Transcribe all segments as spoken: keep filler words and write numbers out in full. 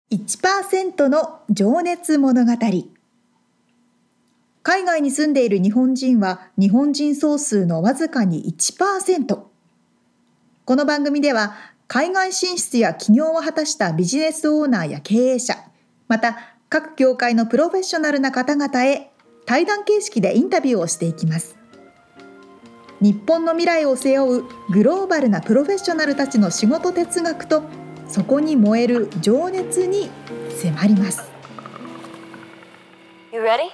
いちパーセント の情熱物語。海外に住んでいる日本人は日本人総数のわずかに いちパーセント。この番組では海外進出や起業を果たしたビジネスオーナーや経営者、また各業界のプロフェッショナルな方々へ対談形式でインタビューをしていきます。日本の未来を背負うグローバルなプロフェッショナルたちの仕事哲学とそこに燃える情熱に迫ります。 You ready?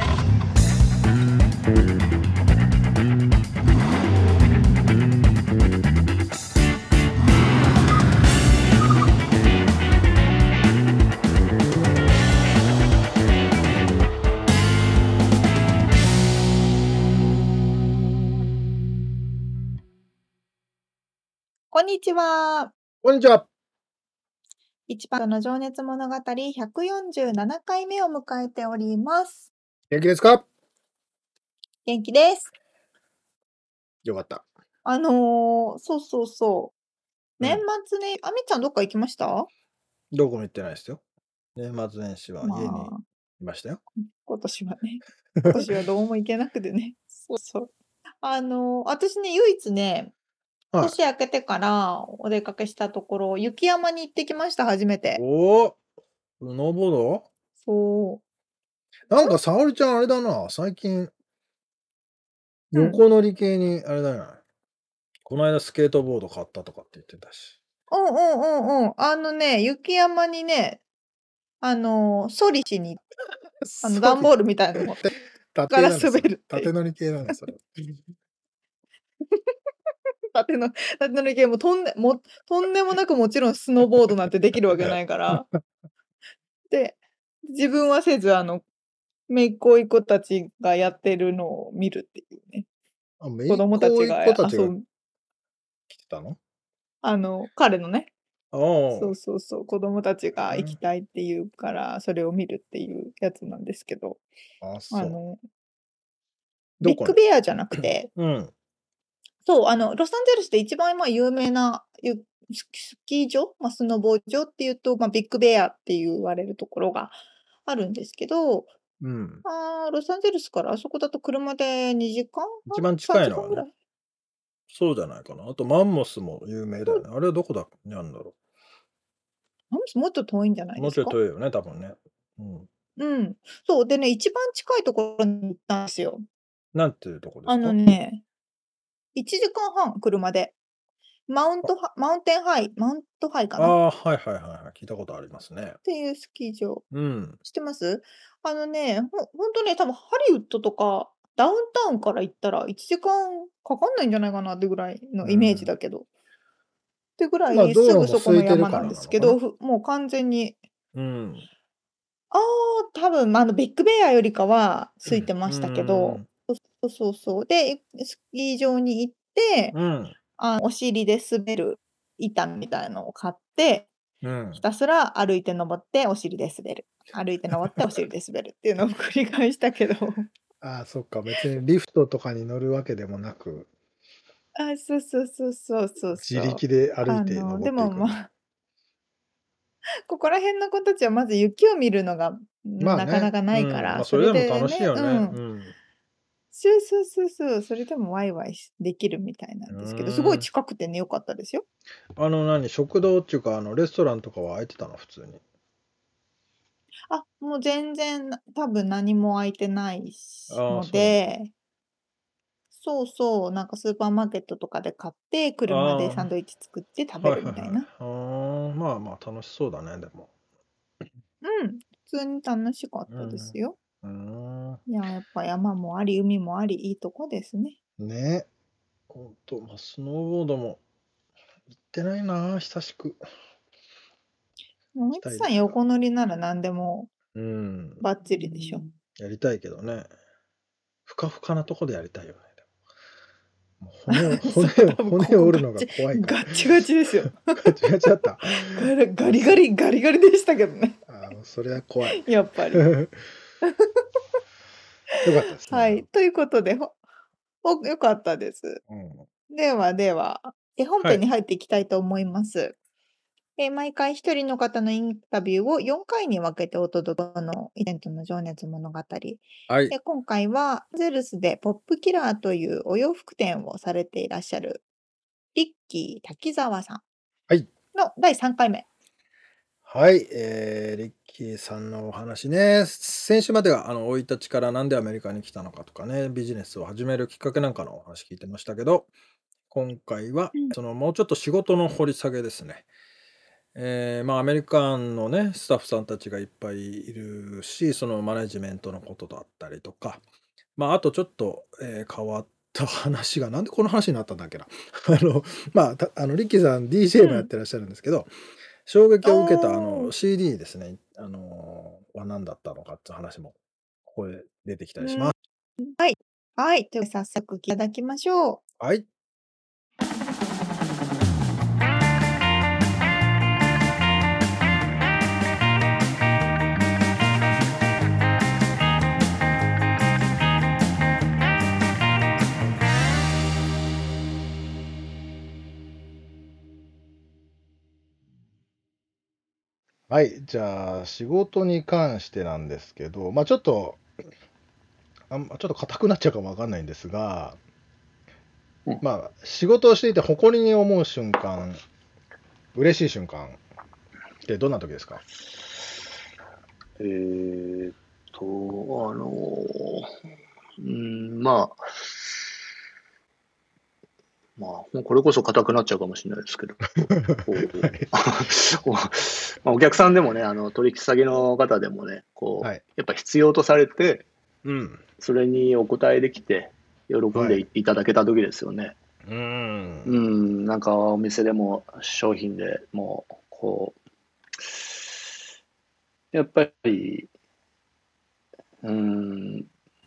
こんにちは。 こんにちは。 いちパーセントの情熱物語ひゃくよんじゅうななかいめを迎えております。 元気ですか？ 元気です。 よかった。 あのー、そうそうそう。 うん年末ね、あみちゃんどっか行きました？ どこも行ってないですよ。年末年始はま家にあ、 いましたよ。 今年はね、今年はどうも行けなくてね。そうそう。あのー、私ね、唯一ね、 はい。 年明けてからお出かけしたところ、雪山に行ってきました、初めて。 おお、スノーボードそう。 なんか沙織ちゃんあれだな、最近うん。 横乗り系にあれだよな。この間スケートボード買ったとかって言ってたし。 うんうんうんうん。あのね、雪山にね、あのー、ソリしに、あの、段ボールみたいなの持ってから縦なのそれ。 滑るっていう。 縦乗り系なのそれ。 縦の、縦乗り系もとんでも、とんでもなくもちろんスノーボードなんてできるわけないから。で、自分はせず、あの、姪っ子、甥っ子たちがやってるのを見るっていうね。 あ、姪子っ子、甥っ供たちが子たちが遊ぶ、 来てたの？ あの、彼のね、 あそうあ。 そうそう、子供たちが行きね。 たいっていうから、それを見るっていうやつなんですけど、 あ、 あその、 う。 ビッグどこに？ ベアじゃなくて、 うん。 そう、あの、ロサンゼルスで一番今有名なゆススキー場、まあ、スノボ場っていうと、まあ、ビッグベアって言われるところがあるんですけど、 うん。 あーロサンゼルスからあそこだと車でにじかん一番はん？3 近いのはね、 時間ぐらい？ そうじゃないかな。あとマンモスも有名だそう、 よね。あれはどこだにあるんだろなんももっと遠いんじゃなう。もうちょいいですか？ 遠いよね、多分ね。うん。 うん。そう、でね、一番近いところに行ったんですよ。 なんていうとこであのすか？ ね、いちじかんはん車で。マウントハマウンテンハイマウントハイかな？っああ、はいはいはいはい。聞いたことありますね。 ていうスキー場。 うん。 知ってます？あのね、ほほんとね、多分ハリウッドとかダウンタウンから行ったらいちじかんかかんないんじゃないかなってぐらいのイメージうん。 だけど。ってぐらまあ、 いす道路もぐそこの空いてるか山なんらなのかな？ ですけど、ふもう完全に、 うん。 ああ、多分、ま、あの、ビッグベアよりかは空いてうーましたけど、 ん。 そうそうそう。で、スキー場に行って、 うん。 あ、お尻で滑る板みたいのを買って、 うん。 ひたすら歩いて登ってお尻で滑る。歩いて登ってお尻で滑るっていうのを繰り返したけど。 ああ、そっか、別にリフトとかに乗るわけでもなく、 あ、そうそうそうそうそうそう。 自力で歩いてあの、でも、 登っていくんだ。 まあ、ここら辺の子たちはまず雪を見るのが、 まあね、 なかなかなうん、ま、 いから、それそれでもでね、 楽しいよね。 うん。 うん。 そうそうそうそう、それでもワイワイしできるみたいなうんですけど、すごいーん。 近くてね、良かったですよ。 あの、何、食堂っていうか、あの、レストランとかは開いてたの？普通に。 あ、もう全然、な多分何も空いてないしああ、 のそうなんだ。 で、そうそう、なんかスーパーマーケットとかで買って、 あ車でサンドイあ、 ッチ作って食べはいはいはい。 るみたいな。 ああ、まあまあ楽しそうだね、でも。 うん、普通に楽しかったですうん。 よ。 うーん。 いや、やっぱ山もあり、海もあり、いいとこですね。 ね。ほんと、ま、スノーボードも行ってないな、久しく。 もう行きミツさんたいですが。 横乗りなら何でもうん。 バッチリでしょ。 やりたいけどね。ふかふかなとこでやりたいよね、でも。もう骨をそう、 骨を多分こ骨を折るのがこガチ怖いから。 ガッチガチですよ。 ガチガチだった？ ガラガリガリガリガリでしたけどね、 ああ、もうそれは怖い。 やっぱり。 良かったですね、 はい、 でも。 ということで、ほお良かったです。 うん。 ではでは、え、本はい。 編に入っていきたいと思います。 えー毎回一人の方のインタビューをよんかいに分けてお届けのイベントの情熱物語。 はい。 で今回はゼルスでポップキラーというお洋服店をされていらっしゃるリッキー滝沢さんはい。 のだいさんかいめ。 はい、えー、リッキーさんのお話ね。先週までは、あの、生い立ちからなんでアメリカに来たのかとかね、ビジネスを始めるきっかけなんかのお話聞いてましたけど、今回は、 うんその、もうちょっと仕事の掘り下げですね。えー、まあ、アメリカンのね、スタッフさんたちがいっぱいいるし、そのマネジメントのことだったりとか、まあ、あとちょっと、えー変わった話が、なんでこの話になったんだっけな。あの、まあ、たあの、リッキーさん ディージェー もやってらっしゃるんですけど、衝撃を受けたあのおーシーディー ですね、あの、は何だったのかっていう話も、ここで出てきたりします。 はい。はい。では早速いただきましょう。 はい。はい、じゃあ仕事に関してなんですけど、まあちょっと、あんちょっと硬くなっちゃうかもわかんないんですが、 うんまあ仕事をしていて誇りに思う瞬間、嬉しい瞬間ってどんな時ですか？ えーっと、あのー、うん、まあ、まあ、もうこれこそ硬くなっちゃうかもしれないですけど、こうこうまあ、お客さんでもね、あの取引先の方でもね、こう、 はい。 やっぱ必要とされて、 うん。 それにお応えできて、喜んはいでいただけた時ですよね。 うーん。 うん、なんかお店でも商品でも、こう、やっぱり、うん、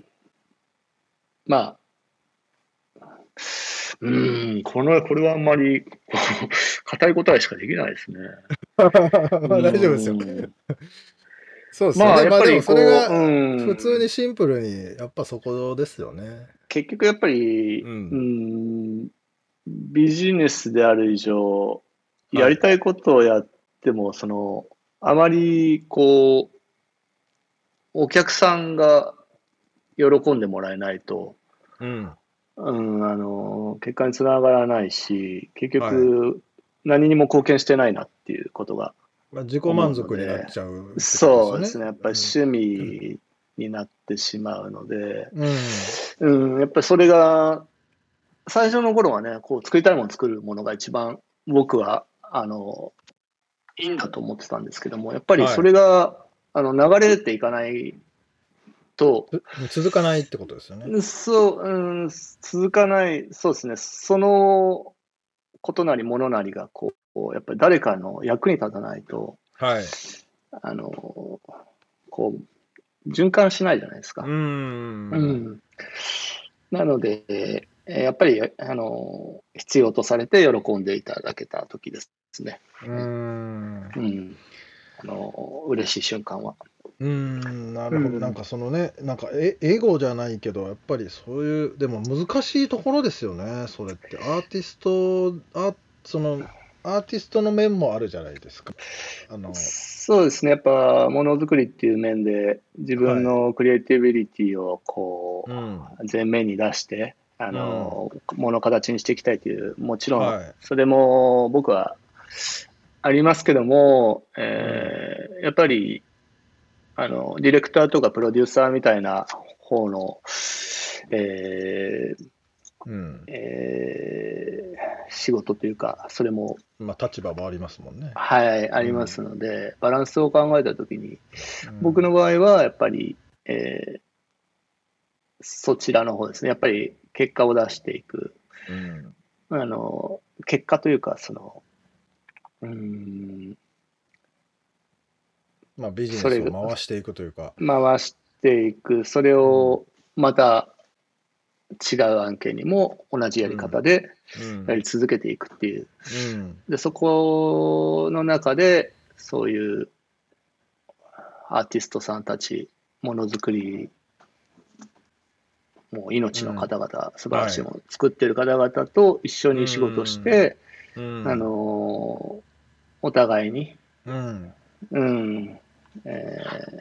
まあ、うーん、この、これはあんまり、こう硬い答えしかできないですね。 まうあ大丈夫ですよ。 ーん。 そうですよね。 まあ、やっぱまあでもりこう、 それがう普通にん、 シンプルに、やっぱそこですよね。 結局やっぱり、 う。 うんん、ビジネスである以上、やはい。 りたいことをやっても、その、あまり、こう、お客さんが喜んでもらえないと、 うん。 うん、あの、結果につながらないし、結はい。 局、何にも貢献してないなっていうことがまあ、自己思うの満足になっで、 ちゃうってことですよね。 そうですね、やっぱり趣うん。 味になってしまうので、 うん。 うん、やっぱりそれが、最初の頃はね、こう作りたいものを作るものが一番僕は、あの、いいんだと思ってたんですけども、やっぱりそはい。 れが、あの、流れていかないと、 つ続かないってことですよね。 そう、うん、続かない、そうですね、そのことなりものなりが、こう、やっぱり誰かの役に立たないと、 はい。 あの、こう、循環しないじゃないですうー。 か。うんん。なので、えーやっぱり、あの、必要とされて喜んでいただけた時ですね。 うーん。 うん。あの、嬉しい瞬間は。 うーん、なうるほど。なんん。 かそのね、なんかエエゴじゃないけど、やっぱりそういう、でも難しいところですよね、それって。アーティスト、あ、その、アーティストの面もあるじゃないですか。あの、 そうですね。やっぱ、ものづくりっていう面で、自分はい。 のクリエイティビリティを、こうん。 う、前面に出して、あうん。 の、ものを形にしていきたいという、もちろん、 はい。 それも僕はありますけども、 うん。 えーやっぱり、あの、ディレクターとかプロデューサーみたいな方の、えーうん。 えー仕事というか、それも、 まあ、立場もありますもんね。 はい、あうりますん。 ので、バランスを考えたときに、 う僕のん。 場合はやっぱり、えーそちらの方ですね。やっぱり結果を出していく。 うん。 あの、結果というか、その、うーん、 まあ、ビジネそれがスを回していくというか。 回していく、それうん。 をまた違う案件にも同じやりうん。 方でうん。 やり続けていくっていう。 うん。 で、そこの中で、そういうアーティストさんたち、ものづくり、もう命のうん。 方々、素晴らしいはい。 ものを作ってる方々と一緒うに仕事しん。 て、 うあん。 のお互いに、 うんうんえ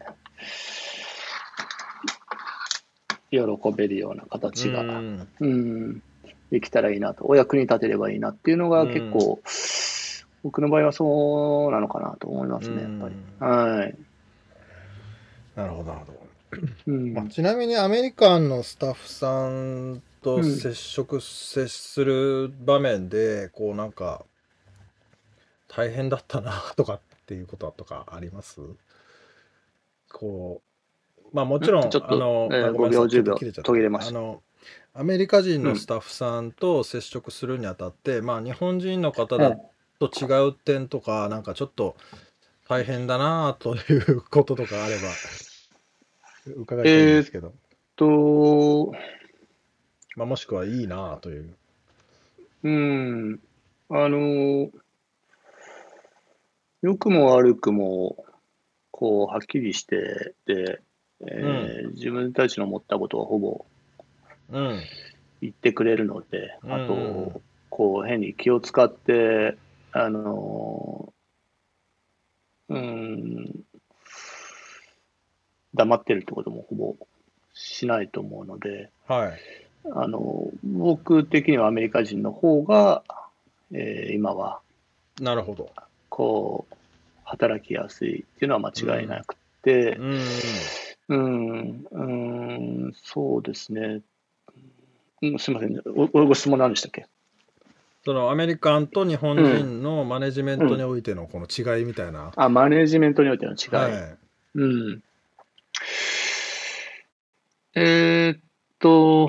ー喜べるようなう形が、 んうん、できたらいいなと、お役に立てればいいなっていうのが結構、僕の場合はそうなのかなと思いますね、やっぱり。はい。 なるほどなるほど。 うんまあ、ちなみにアメリカンのスタッフさんとうん接触、接する場面でこうなんか大変だったなとかっていうこととかあります？こうまあもちろんんちょっと、 あの、 えー、 あごめんごびょう、 なさいちょっ 10秒と切れちゃった途切れました。 あのアメリカ人うんのスタッフさんと接触するにあたって、まあ日本人の方だうんと違う点とかなんかちょっと大変だなということとかあれば伺いたいんえーっですけど、 と、 まあ、もしくはいいなという。 うん、あの、良くも悪くも、こう、はっきりしてて、 うんえー自分たちの思ったことはほぼうん言ってくれるので、 うんうあんと、こう、変に気を使って、あの、うん、黙ってるってこともほぼしないと思うので、 はいあの、僕的にはアメリカ人の方が、えー今は、 なるほど。 こう、働きやすいっていうのは間違いなくて、 うんうんうん、うん、そうですね。うんすみません。お、おご質問何でしたっけ？ そのアメリカンと日本うん、 人のマネジメントにうん。 おいてのこの違いみたいな。 あ、マネジメントにおいての違い。 はうん。えーっと、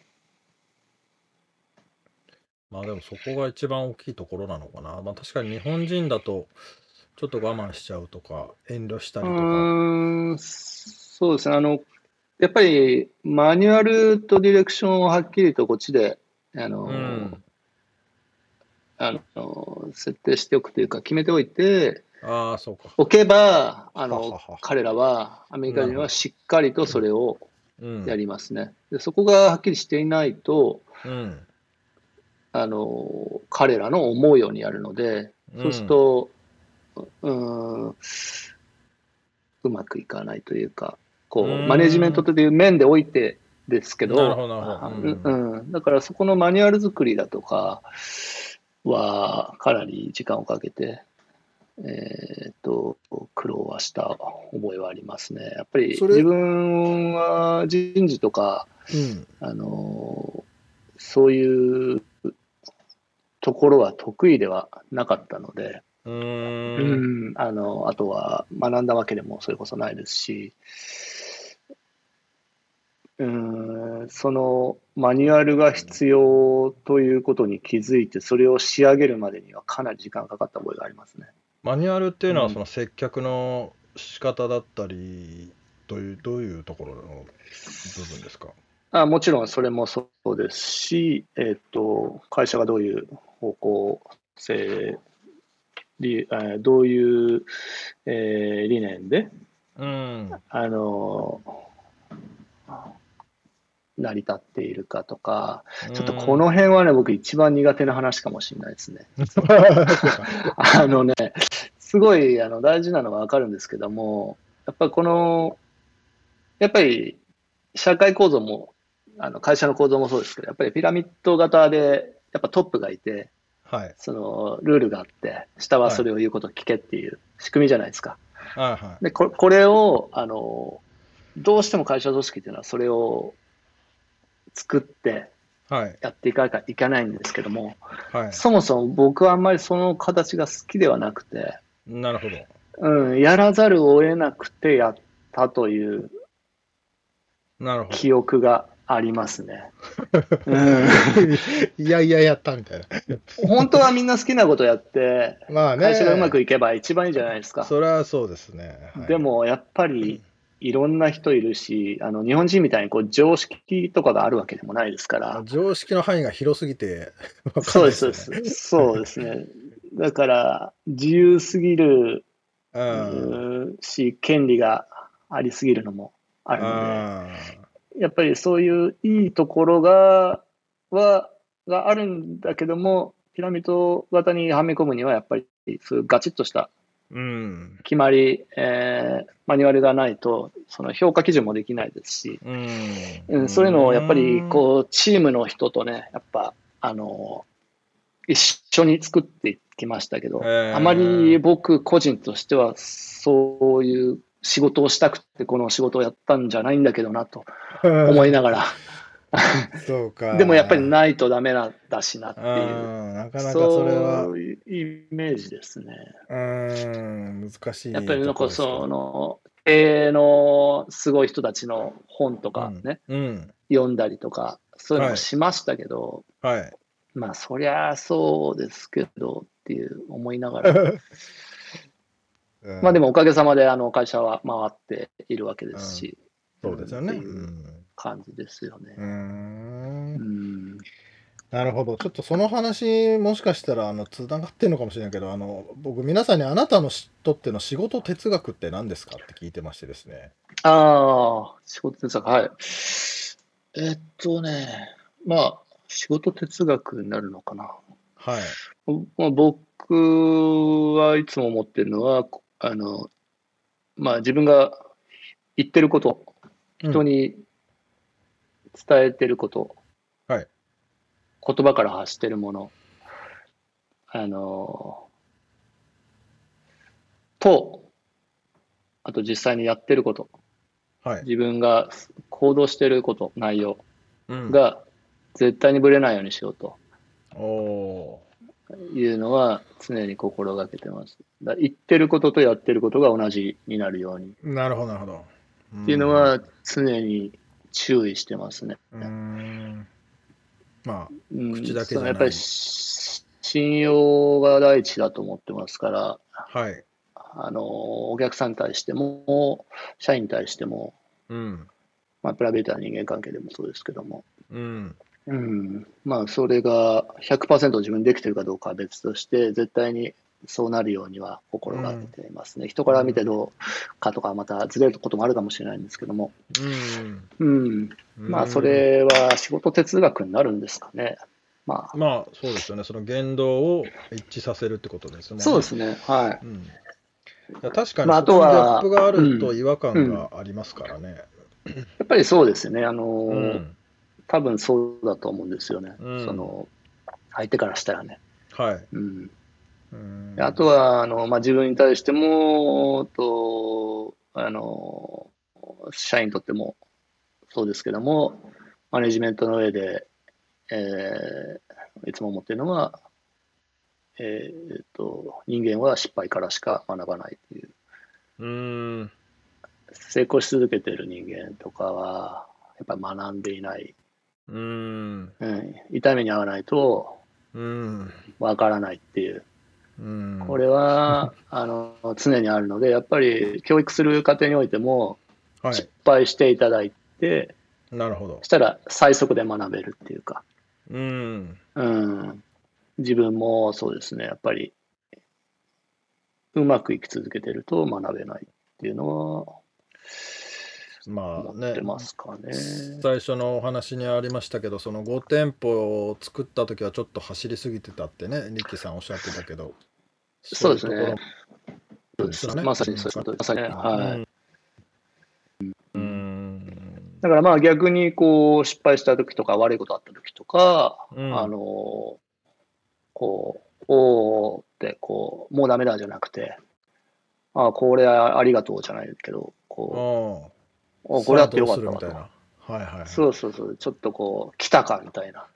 い。まあでもそこが一番大きいところなのかな。まあ確かに日本人だとちょっと我慢しちゃうとか遠慮したうりとか。 ーん、そうですね。あの、やっぱりマニュアルとディレクションをはっきりとこっちで、あうの、 ん。 あの、設定しておくというか、決めておいてああ、そうか。 おけば、あの、 ははは。 彼らは、アメリカ人はなるほど。 しっかりとそれをやうん。 りますね。で、そこがはっきりしていないと、 うん。 あの、彼らの思うようにやるので、そうするうん。 と、うーん、うまくいかないというか、 うこう、マネジメンーん。 トという面でおいてですけど、 なるほど、なるほど。うあうん。 うん、だからそこのマニュアル作りだとかは、かなり時間をかけて、えーっと、苦労はした覚えはありますね。やっぱり自それ、 分は人事とか、 うん。 あの、そういうところは得意ではなかったので、 ううーん。 ん、あの、あとは学んだわけでもそれこそないですし、うん、そのマニュアルが必要ということに気づいて、それを仕上げるまでにはかなり時間がかかった覚えがありますね。 マニュアルっていうのはそうん。 の接客の仕方だったり、どういう、どういうところの部分ですか？ あ、もちろんそれもそうですし、えっと、会社がどういう方向性、理えーどういう、えー理念で、 うん。 あの、成り立っているかとか、 うちょっとこーん。 の辺はね、僕一番苦手な話かもしれないですね、実は。 そうか。 あのね、すごいあの大事なのはわかるんですけども、やっぱりこの、やっぱり社会構造も、あの会社の構造もそうですけど、やっぱりピラミッド型で、やっぱトップがいて、 はい。 そのルールがあって、下ははい。 それを言うことを聞けっていう仕組みじゃないですか。 はいはで、ここれを、あの、どうしても会社組織っていうのはそれを作ってい。はい。 やっていかなきゃいけないんですけども、 はい。 そもそも僕はあんまりその形が好きではなくて、 なるほど。 うん、やらざるを得なくてやったというなるほど。 記憶がありますね。うん、 いやいややったみたいな。 本当はみんな好きなことやって、 まあ会社がうまくね、 いけば一番いいじゃないですか。 それはそうですね。はい。 でもやっぱりいろんな人いるし、あの日本人みたいにこう常識とかがあるわけでもないですかまあ、 ら、 常識の範囲が広すぎてわかんそうです、 ないですよね。 そうです。そうですね。だから自由すぎるうん。 うーし、権利がありすぎるのもあるので、 あやっぱりそういういいところが、は、があるんだけども、 ピラミッド型にはめ込むには、やっぱりそういうガチッとしたうん。 決まり、えーマニュアルがないと、その評価基準もできないですし、 うん。 うん、そういうのをやっぱりうん。 こうチームの人とね、やっぱあの一緒に作っていきましたけど、あまりえ僕個人としてはそういう仕事をしたくてこの仕事をやったんじゃないんだけどなと思いー。 ながら、 そうでもやっぱりか。 ないとダメなんだしなうっていう、 ん。なかなかそれは、 そういうイメージですね。 うーん、難やっぱしいりなんとこかそですけど。 の経営のすごい人たちの本とうん。 かね、 うん。 読んだりとか、そういうのもはい。 しましたけど、 はい。 まあそりゃそうですけどっていう思いながら、 うまあでもん。 おかげさまであの会社は回っているわけでうん。 すし、うそうですよね。うんっていうん。 感じですようーね。うんん。 なるほど。ちょっとその話、もしかしたら、あの、つながってんのかもしれないけど、あの、僕、皆さんにあなたのしとっての仕事哲学って何ですかって聞いてましてですね。 ああ、仕事哲学、はい。えっとね、まあ、仕事哲学になるのかな。 はい。 まあ、僕はいつも思ってるのは、あの、まあ自分が言ってること、 うん。 人に伝えてること、 はい。 言葉から発してるもの、あの、と、あと実際にやってること、 はい。 自分が行動してること、内容うん。 が絶対にぶれないようにしようとおいうのは常に心がけてます。だ言ってることとやってることが同じになるようにっー。なるほど、なるほど。うていうのん。 は常に注意してますね。 うーん。まあ、 う口ん、 だけじゃない。 そのやっぱりし信用が第一だと思ってますから、 はい。 あの、お客さんに対しても、社員に対しても、 うん。 まあ、プライベートな人間関係でもそうですけども、 うん。 うん、まあ、それがひゃくパーセント自分にできてるかどうかは別として、絶対にそうなるようには心がけていますね。人から見てどうかとか、またずれることもあるかもしれないんですけども、 うん。 うん、まあ、それは仕事哲学になるんですかね。まあ、 まあ、そうですよね。その言動を一致させるってことですもんね。 そうですね。はい。 うん。いや確かにまあ、あとそこにギャッは、 プがあうん、 ると違和感うん。 がありますからね。 やっぱりそうですね。あのうーん。 多分そうだと思うんですよね。 うんその、相手からしたらね。 はい。 うん。 うん。 であとは、あの、まあ、自分に対しても、と、あの、社員にとってもそうですけども、マネジメントの上で、えーいつも思っているのは、えーっと、人間は失敗からしか学ばないという。 うーん。 成功し続けている人間とかは、やっぱり学んでいない。 うーん。 うん、痛い目に遭わないとうーん。 わからないっていう。 うーん。 これは、あの、常にあるので、やっぱり教育する過程においても、失はい。 敗していただいて、 なるほどそ。したら最速で学べるっていうか、 うーん。 うん、自分もそうですね、やっぱり、うまく生き続けてると学べないっていうのはま思あね、 ってますかね。 最初のお話にありましたけど、そのご店舗を作った時はちょっと走りすぎてたってね、リッキーさんおっしゃってたけど、 そうですいうところね。そうです。 ですよね。 まさにそういうことです。まさに、はい。 うーん。 だからまあ逆にこう失敗した時とか悪いことあった時とか、 うんあの、こう、おーってこう、もうダメだじゃなくて、あこれはありがとうじゃないけど、こう、 ああ。 おこれあってさあどうよかったわと。 するみたいな。はいはいはい。 そうそうそう、ちょっとこう、来たかみたいな。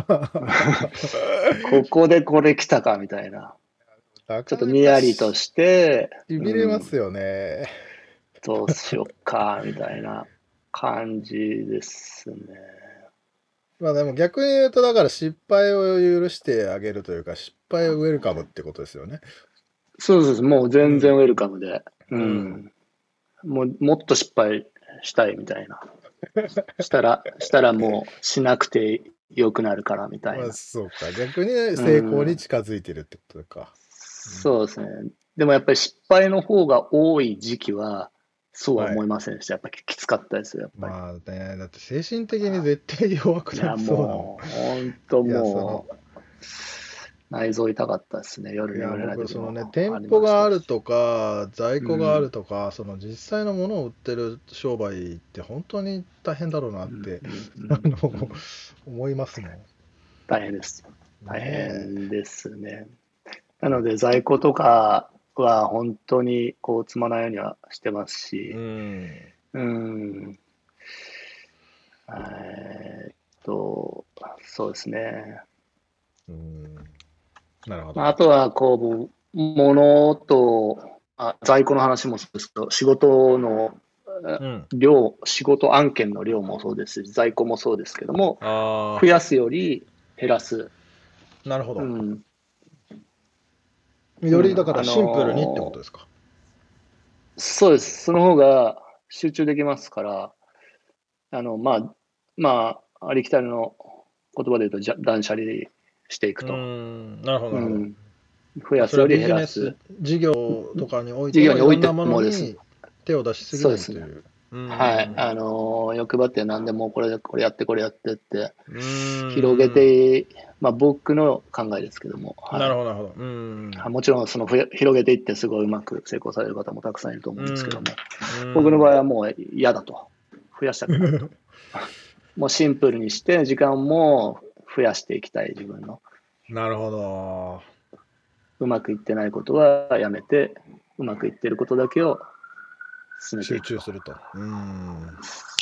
ここでこれ来たかみたいな。ちょっとにやりとして、 しびれますよね。 どうしよっかみたいな感じですね。 まあでも逆に言うと、だから失敗を許してあげるというか、失敗をウェルカムってことですよね。 そうそうそう、もう全然ウェルカムで、ううんん、もうもっと失敗したいみたいな。したら、したらもうしなくてよくなるからみたいまあな。 そうか。逆に成功に近づいてるってことか。 そうですね。でもやっぱり失敗の方が多い時期は、そうは思いませんでした。やっぱりきつかったですよ、やっぱり。 まあね、だって精神的に絶対弱くいや、 なりそうなももう、本当ん。いや、その、 も内臓痛かったですね。夜いや、 眠れない僕、 時もそのね、 あ店り舗があましたし。 るとか、在庫があるうん。 とか、その実際のものを売ってる商売って本当に大変だろうなうん。 ってうん。 あのうん。 思いますも大変です。 ん。 大ね変ですね。なので、在庫とかは本当にこう積まないようにはしてますえ。うし、 ん。 うん。えーっと、そうですね。 うん。なるほまあ、あど。 とは、こう、物と、あ、在庫の話もそうですけど、仕事のえうん。 量、仕事案件の量もそうですし、在庫もそうですけども、 あ増やすより減らす。 あ、なるほど。 うん、うよりだん、あからシンプルにってこのとですか。 ーそうです。その方が集中できますから、あの、まあ、まあ、ありきたりの言葉で言うと、じゃ断捨離していくうーと。 ん、なるほど、なるほど。 うん、増まあ、それはやすよりビジネス減らす。 事業とかにおいて事業においてもいろんなものもです。 に手を出しすぎそうですね。 ないという。うーはい。あん。 のー欲張って何でもこれ、これやって、これやってって、 う広げーん。 て、まあ僕の考えですけども、はい。 なるほど、なるほど。うーん。 もちろん、そのふや広げていってすごいうまく成功される方もたくさんいると思うーん。 うんですけども、 う僕の場合ーん。 はもう嫌だと。増やしたくないと。もうシンプルにして、時間も増やしていきたい自分の。 なるほど。 うまくいってないことはやめて、うまくいってることだけを進めてい集くと。 中すると。うーん。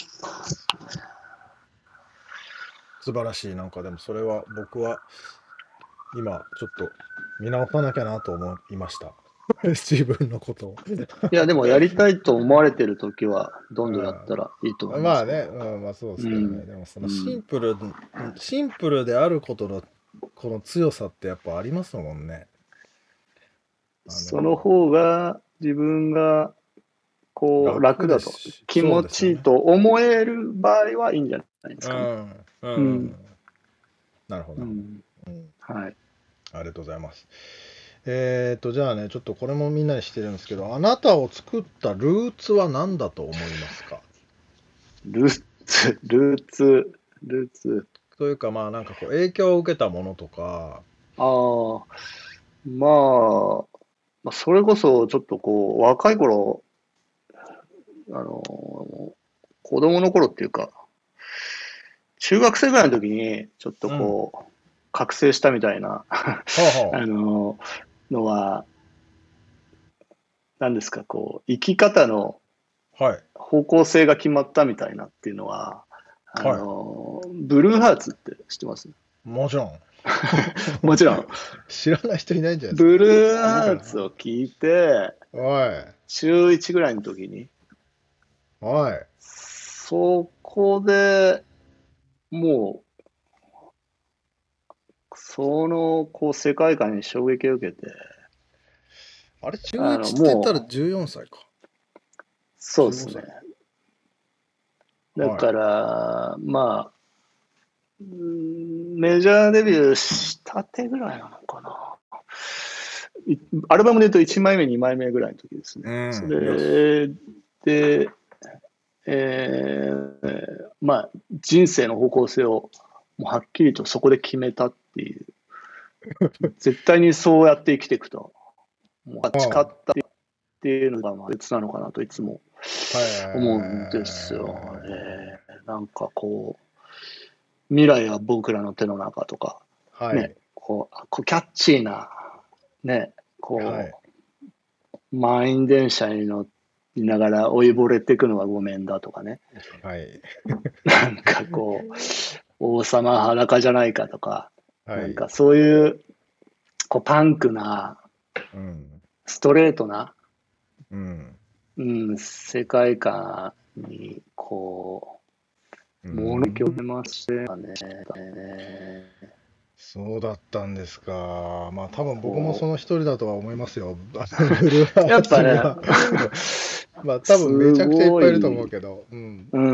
素晴らしい。なんかでもそれは僕は今ちょっと見直さなきゃなと思いました。自分のことを。 いや、でもやりたいと思われてるときは、どんどんやったらいいと思うん。 いますよ。 まあね、うん、まあそうですけどね。 うん。 でもそのシンうん。 プル、シンプルであることのこの強さってやっぱありますもんね。あそのの、 方が自分がこう楽楽だと、 ですし、 気持そうですよね。 ちいいと思える場合はいいんじゃないですかね。 うん、ううん。 ん。なるほど、なるほうん。 ど。うん。 はい。 ありがとうございます。えーと、じゃあね、ちょっとこれもみんなにしてるんですけど、あなたを作ったルーツは何だと思いますか？ ルーツ、ルーツ、ルーツ。 というか、まあなんかこう影響を受けたものとか、 ああ、まあ、まあ、それこそちょっとこう、若い頃、あの、子供の頃っていうか、中学生ぐらいの時に、ちょっとうん。 こう、覚醒したみたいなあほうほの、のは、何ですか、こう、生き方のう。はい。 方向性が決まったみたいなっていうのは、あはい。 の、ブルーハーツって知ってます？ もちろん。 もちろん、 知らない人いないんじゃないですか。 ブルーいるかな。 ハーツを聞いて、 はい。 中いちぐらいの時に、 はい。 そこでもう、そのこう世界観に衝撃を受けて、 あれ、中あの、 いちって言ったらもう、 じゅうよんさいか。15 そうですね。 歳。はい。 だから、まあ、うんメジャーデビューしたてぐらいなのかな。いアルバムで言うといちまいめ、にまいめぐらいの時ですね。そうん。よし。 れで、えーまあ、人生の方向性をもうはっきりとそこで決めたっていう、絶対にそうやって生きていくと、もう誓ったっていうのがまあ別なのかなといつも思うんですよね。なんかこう、未来は僕らの手の中とか、ね、 はい。 こう、こうキャッチーな、ね、こはい。 う、満員電車に乗りながら追いぼれていくのはごめんだとかね、 はい。 なんかこう、王様裸じゃないかとか、 はい。 なんかそういう、こう、パンクな、 うん。 ストレートな、 うん。 うん、世界観に、こうう、ものきをん。 めましたね。 そうだったんですか。まあ多分僕もそこの一人だとは思いますよ。あのブルーハう、やーっぱね、 ツには。まあ多分めすちゃくちゃいっごぱいいると思うい、 けど。うん。 うん、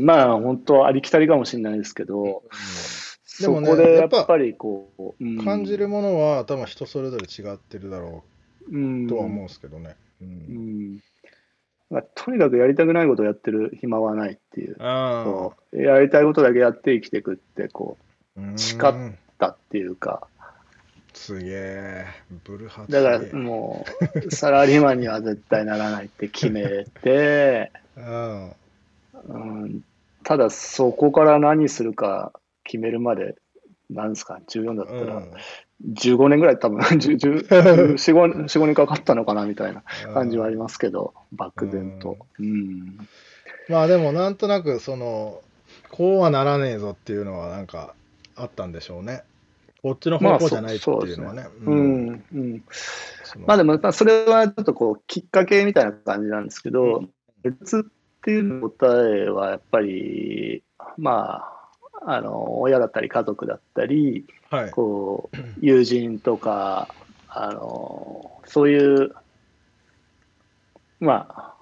まあ本当ありきたりかもしれないですけど、 うん。でそこもね、 でやっやっぱぱりこう、う感じるん、 ものは多分人それぞれ違ってるだろううとは思うんん、 ですけどね。ううん。 ん、まあとにかくやりたくないことをやってる暇はないっていう、 ああ。 こう、やりたいことだけやって生きていくって、こう、 うー誓っん。 たっていうか、 すげえ。ブルハだからすげえ。 もう、サラリーマンには絶対ならないって決めて、 うん。 うん、ただそこから何するか決めるまで、なんですか、じゅうよんだったうら、 ん。 じゅうごねんぐらい多分、じゅう、じゅう、よん、ご、よん、ごねんかかったのかなみたいな感じはありますけど、 う漠然と。 ん。 うん。 まあでもなんとなくその、こうはならねえぞっていうのはなんかあったんでしょうね。こっちの方まあ、そ、 向じゃないっそうですね。 ていうのはね。ううん。 ん、うん。 その、 まあでも、まあ、それはちょっとこう、きっかけみたいな感じなんですけうん。 ど、別っていう答えはやっぱり、まあ、あの、親だったり家族だったり、 はい。 こう、友人とか、あの、そういう、まあ、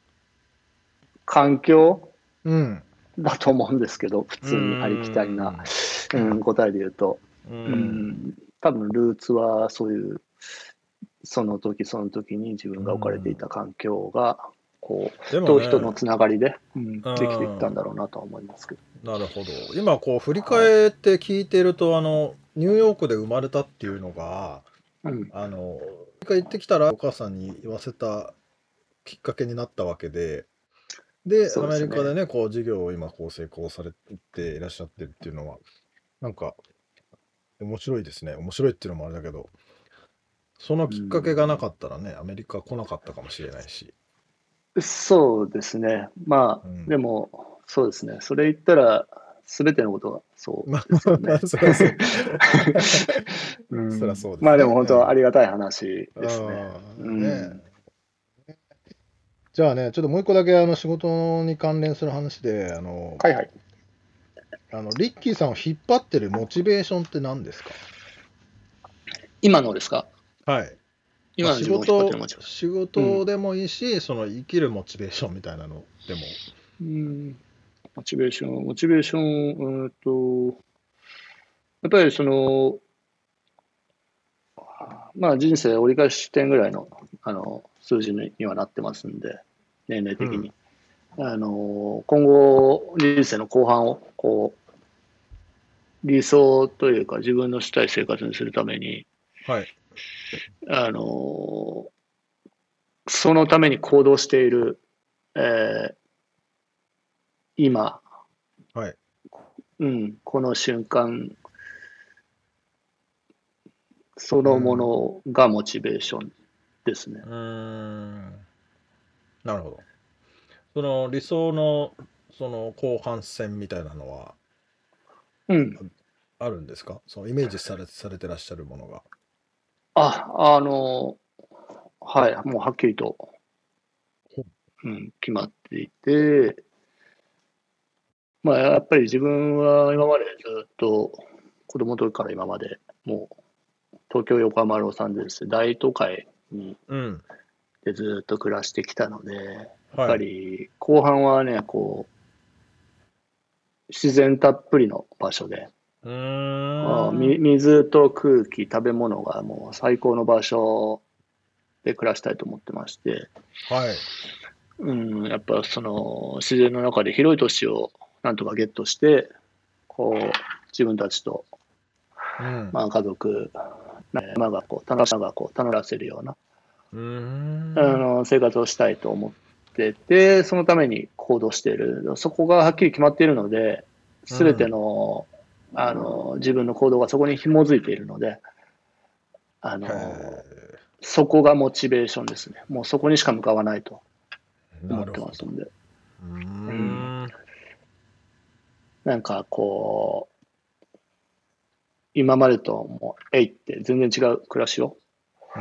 環境うん。 だと思うんですけど、普う通にありきたりな、 ん。 うん、答えで言うと、 ううん。 ん、多分ルーツはそういう、その時その時に自う分が置かれていん。 た環境が、こう、 でもね、 と人のつながりで、うん、 うできていったんん。 だろうなとは思いますけど。 なるほど。今こう振りはい。 返って聞いてると、あの、ニューヨークで生まれたっていうのが、 うん、 あの、一回行ってきたらお母さんに言わせたきっかけになったわけで、で、アそうですね。 メリカでね、こう事業を今こう成功されていらっしゃってるっていうのは、なんか面白いですね。面白いっていうのもあれだけど、そのうきっかけがなかん、 ったらね、アメリカ来なかったかもしれないし。 そうですね。まあ、 うん。 でも、そうですね。それ言ったら、すべてのことがそまうですよあ、まあ、 ね。 そりゃそう。 うそりゃん、 そうですね。 まあでも本当ありがたい話うん。 ですね。 あうあ、ね。 ん。 じゃあね、ちょっともう一個だけあの仕事に関連する話で、あの、 はいはい。 あのリッキーさんを引っ張ってるモチベーションって何ですか？ 今のですか？ はい。まあ、仕今の自分を引っ張ってる事、 もちろ仕ん。うん。 事でもいいし、その生きるモチベーションみたいなのでも。 うん、モチベーション、モチベーション、うーんと、やっぱりその、まあ人生折り返し点ぐらいの、あの、数字にはなってますんで、年齢うん。 的に。あの、今後、人生の後半を、こう、理想というか自分のしたい生活にするために、 はい。 あの、そのために行動している、えー今、 はい。 うん、この瞬間そのもうん。 のがモチベーションですね。 うーん。なるほど。その理想の、その後半戦みたいなのはうん。 ああるんですか？そのイメージされ、されてらっしゃるものが。 あ、あの、はい、もうはっきりと、うん、決まっていて、まあ、やっぱり自分は今までずっと子供の時から今までもう東京、横浜、ロサンゼルス、大都会にうん。 でずっと暮らしてきたので、やっぱはい。 り後半はね、こう、自然たっぷりの場所で、 うあーん。 み水と空気、食べ物がもう最高の場所で暮らしたいと思ってまして、 はい。 うん、やっぱその自然の中で広い土地をなんとかゲットして、こう自分たちと、 うん。 まあ、家族、山がこう楽しがこう楽らせるようなうーあん。 の生活をしたいと思ってて、そのために行動している。そこがはっきり決まっているので、すべてうん。 のあの自分の行動がそこに紐づいているので、あへのえ。 そこがモチベーションですね。もうそこにしか向かわないと思っなるほど。 てますんで。 うーうん。 ん。 なんかこう、今までともう、えいって全然違う暮らしを。 うん。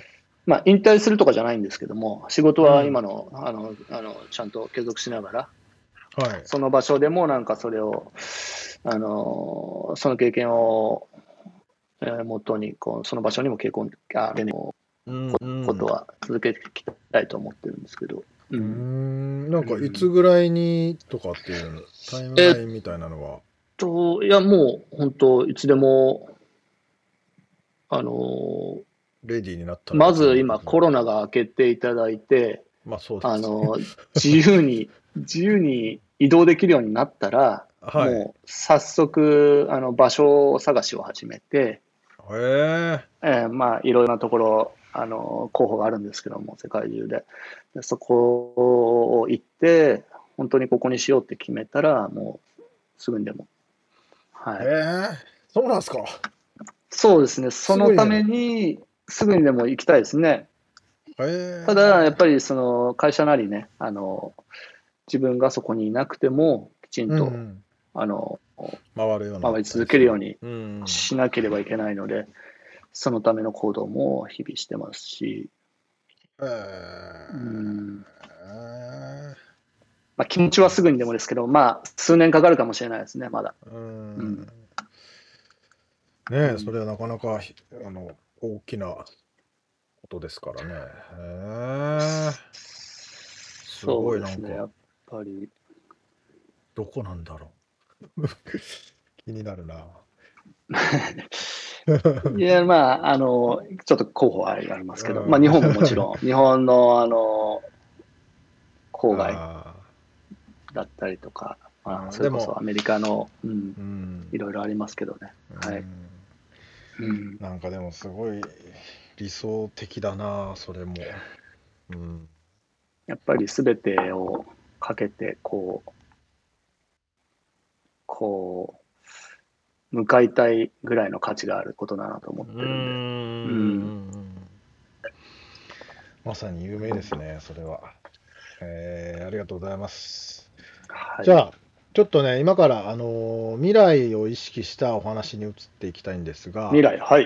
まあ、引退するとかじゃないんですけども、仕事はうん。 今の、あの、あの、ちゃんと継続しながら、 はい。 その場所でもなんかそれを、あの、その経験を、えー、元に、こう、その場所にも経験、あ、 うん。うことん。 は続けていきたいと思ってるんですけど。ううーん。 ん。なんかいつうん。 ぐらいにとかっていうタイムえっラインみたいなのは、 と、いや、もう、本当いつでも、あの、 レディーになったらいまつでず今コもってことで。 ロナが明けていただいて、 まあそうですね。 あの、自由に、自由に移動できるようになったら、 はい。 もう早速、あの、場所探しを始めて、 へえ。 えーまあ、いろいろなところ、あの、候補があるんですけども、世界中で。でそこを行って、本当にここにしようって決めたら、もうすぐにでも。はい。 へえ。そうなんすか。 そうですね。そすぐにでも。 のために、すぐにでも行きたいですね。 へただ、やっえ。 ぱりその会社なりね、あの、自分がそこにいなくても、きちんと、 うんうん。 あの、 回るようになっ回り続たりする。 けるようにうん。 しなければいけないので、そのための行動も日々してますし、 へうん、 え。 まあ、気持ちはすぐにでもですけど、まあ、数年かかるかもしれないですね、まだ。 ううん。 ん。 うねえ、そん、 れはなかなかひあの、大きなことですからね。へえ。すごいなんか、 そうですね、やっぱり。 どこなんだろう。気になるな。 いや、まあ、あの、ちょっと候補はありますけど、まあ、 うん。 日本ももちろん、日本の、あの、郊外あだったりとか、まあ、 あ、うん、 それでも、 こそアメリカの、うん、 うん、 いろいろありますけどね。 うはい。 ん、 うん。 なんかでもすごい理想的だな、それも。うん。 やっぱり全てをかけて、こう、こう、向かいたいぐらいの価値があることだなと思っうーてるんで。うん。 ん。まさに有名ですね、それは。えー、ありがとうございます。 はい。 じゃあ、ちょっとね、今から、あのー未来を意識したお話に移っていきたいんですが、 未来、はい。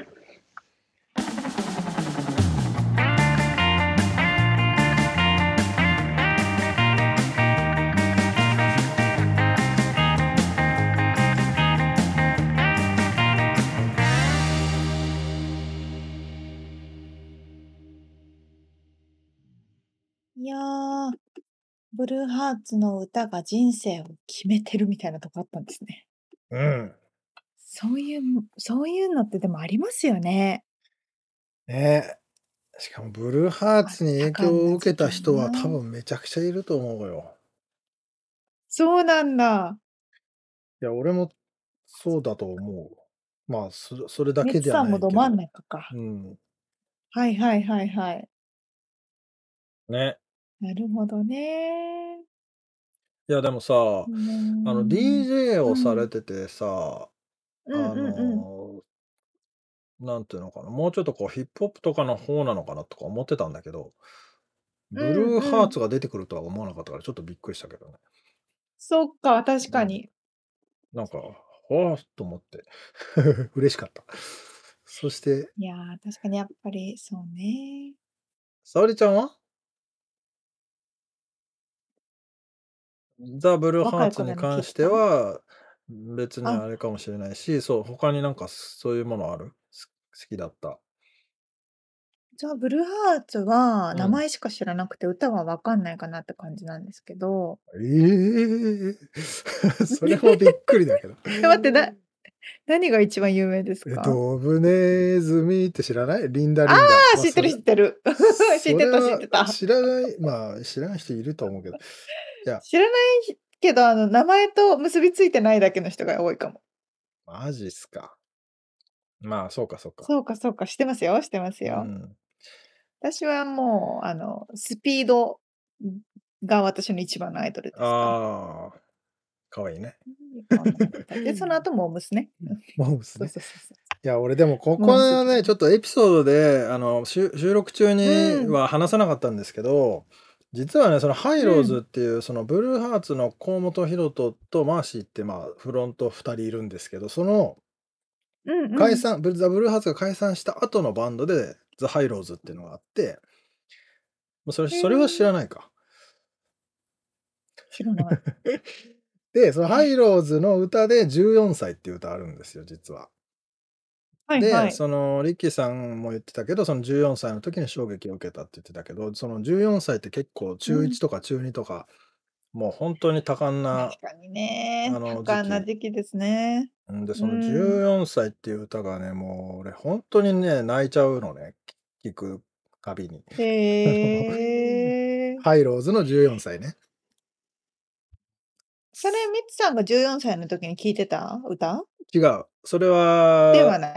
いやー、ブルーハーツの歌が人生を決めてるみたいなとこあったんですね。 うん。 そういう、そういうのってでもありますよね。 ね、しかもブルーハーあ、 ツに影多感響を受けたな時期に人は多な。 分めちゃくちゃいると思うよ。 そうなんだ。 いや、俺もそうだと思う。まあ、それそれだミツけではさんもど真んないけど。 中か。 うん。 はいはいはいはい。 ね。 なるほどね。 いや、でもさ、 うーあの、 ん。 ディージェー をされうん。 ててさ、 うんあうんうん。 の、なんていうのかな、もうちょっとこうヒップホップとかの方なのかなとか思ってたんだけど、ブルうんうん。 ーハーツが出てくるとは思わなかったからちょっとびっくりしたけどね。 そっか、確うん。 かに。 なんか、はあと思って。嬉しかった。そして、 いやー、確かにやっぱりそうね。 沙織ちゃんはザ・ブルーハーツ若い頃に聞に関していてた？ は、別にあ、 あれかもしれないし、そう、他になんかそういうものある？す好きだった。 じゃあ、ブルーハーツは名うん。 前しか知らなくて、歌はわかんないかなって感じなんですけど。 ええそれもびっくりだけど。 え、待って、な何が一番有名ですえ、 か？ ドブネズミって知らない？リンダあリンダ。 あ、 ま、 知ってるそれ知ってる。知ってた知っそれはてた。 知らない、まあ、知らない人いると思うけど。いや、 知らないけど、あの、名前と結びついてないだけの人が多いかも。 マジっすか。まあ、そうかそうか。 そうかそうか、知ってますよ、知ってますよ。 うん。 私はもう、あの、スピードが私の一番のアイドルですから。 ああ、可愛いね。 うん、こんな感じだ。で、その後モームスね。うん。そうモームスね。 そうそうそう。 いや、俺でもこモームスこのね、ちょ好きだね。 っとエピソードで、あの、しゅ収録中にうん、 は話さなかったんですけど、実はね、そのハイローズうん、 っていう、そのブルーハーツの河本大翔とマーシーって、まあ、フロントふたりいるんですけど、そのうんうん。 解散、ブルザ・ブルーハーツが解散した後のバンドで、ザ・ハイローズっていうのがあって、ま、それへそれは知らえ、 ないか。 知らない。 で、そのハイローズの歌でじゅうよんさいっていう歌あるんですよ、実は。で、 はいはい。 そのリッキーさんも言ってたけど、そのじゅうよんさいの時に衝撃を受けたって言ってたけど、そのじゅうよんさいって結構中うん。 いちとか中にとか、もうほんとに多感な、 確かにね、多あの、時感な期。 時期ですね。 んで、 うその14 ん。 歳っていう歌がね、もう俺ほんとにね、泣いちゃうのね、き聞くたびに。あの、 へえ。 ハイローズのじゅうよんさいね。 それ、ミツさんがじゅうよんさいの時に聴いてた歌？ 違う。それではは、 ない。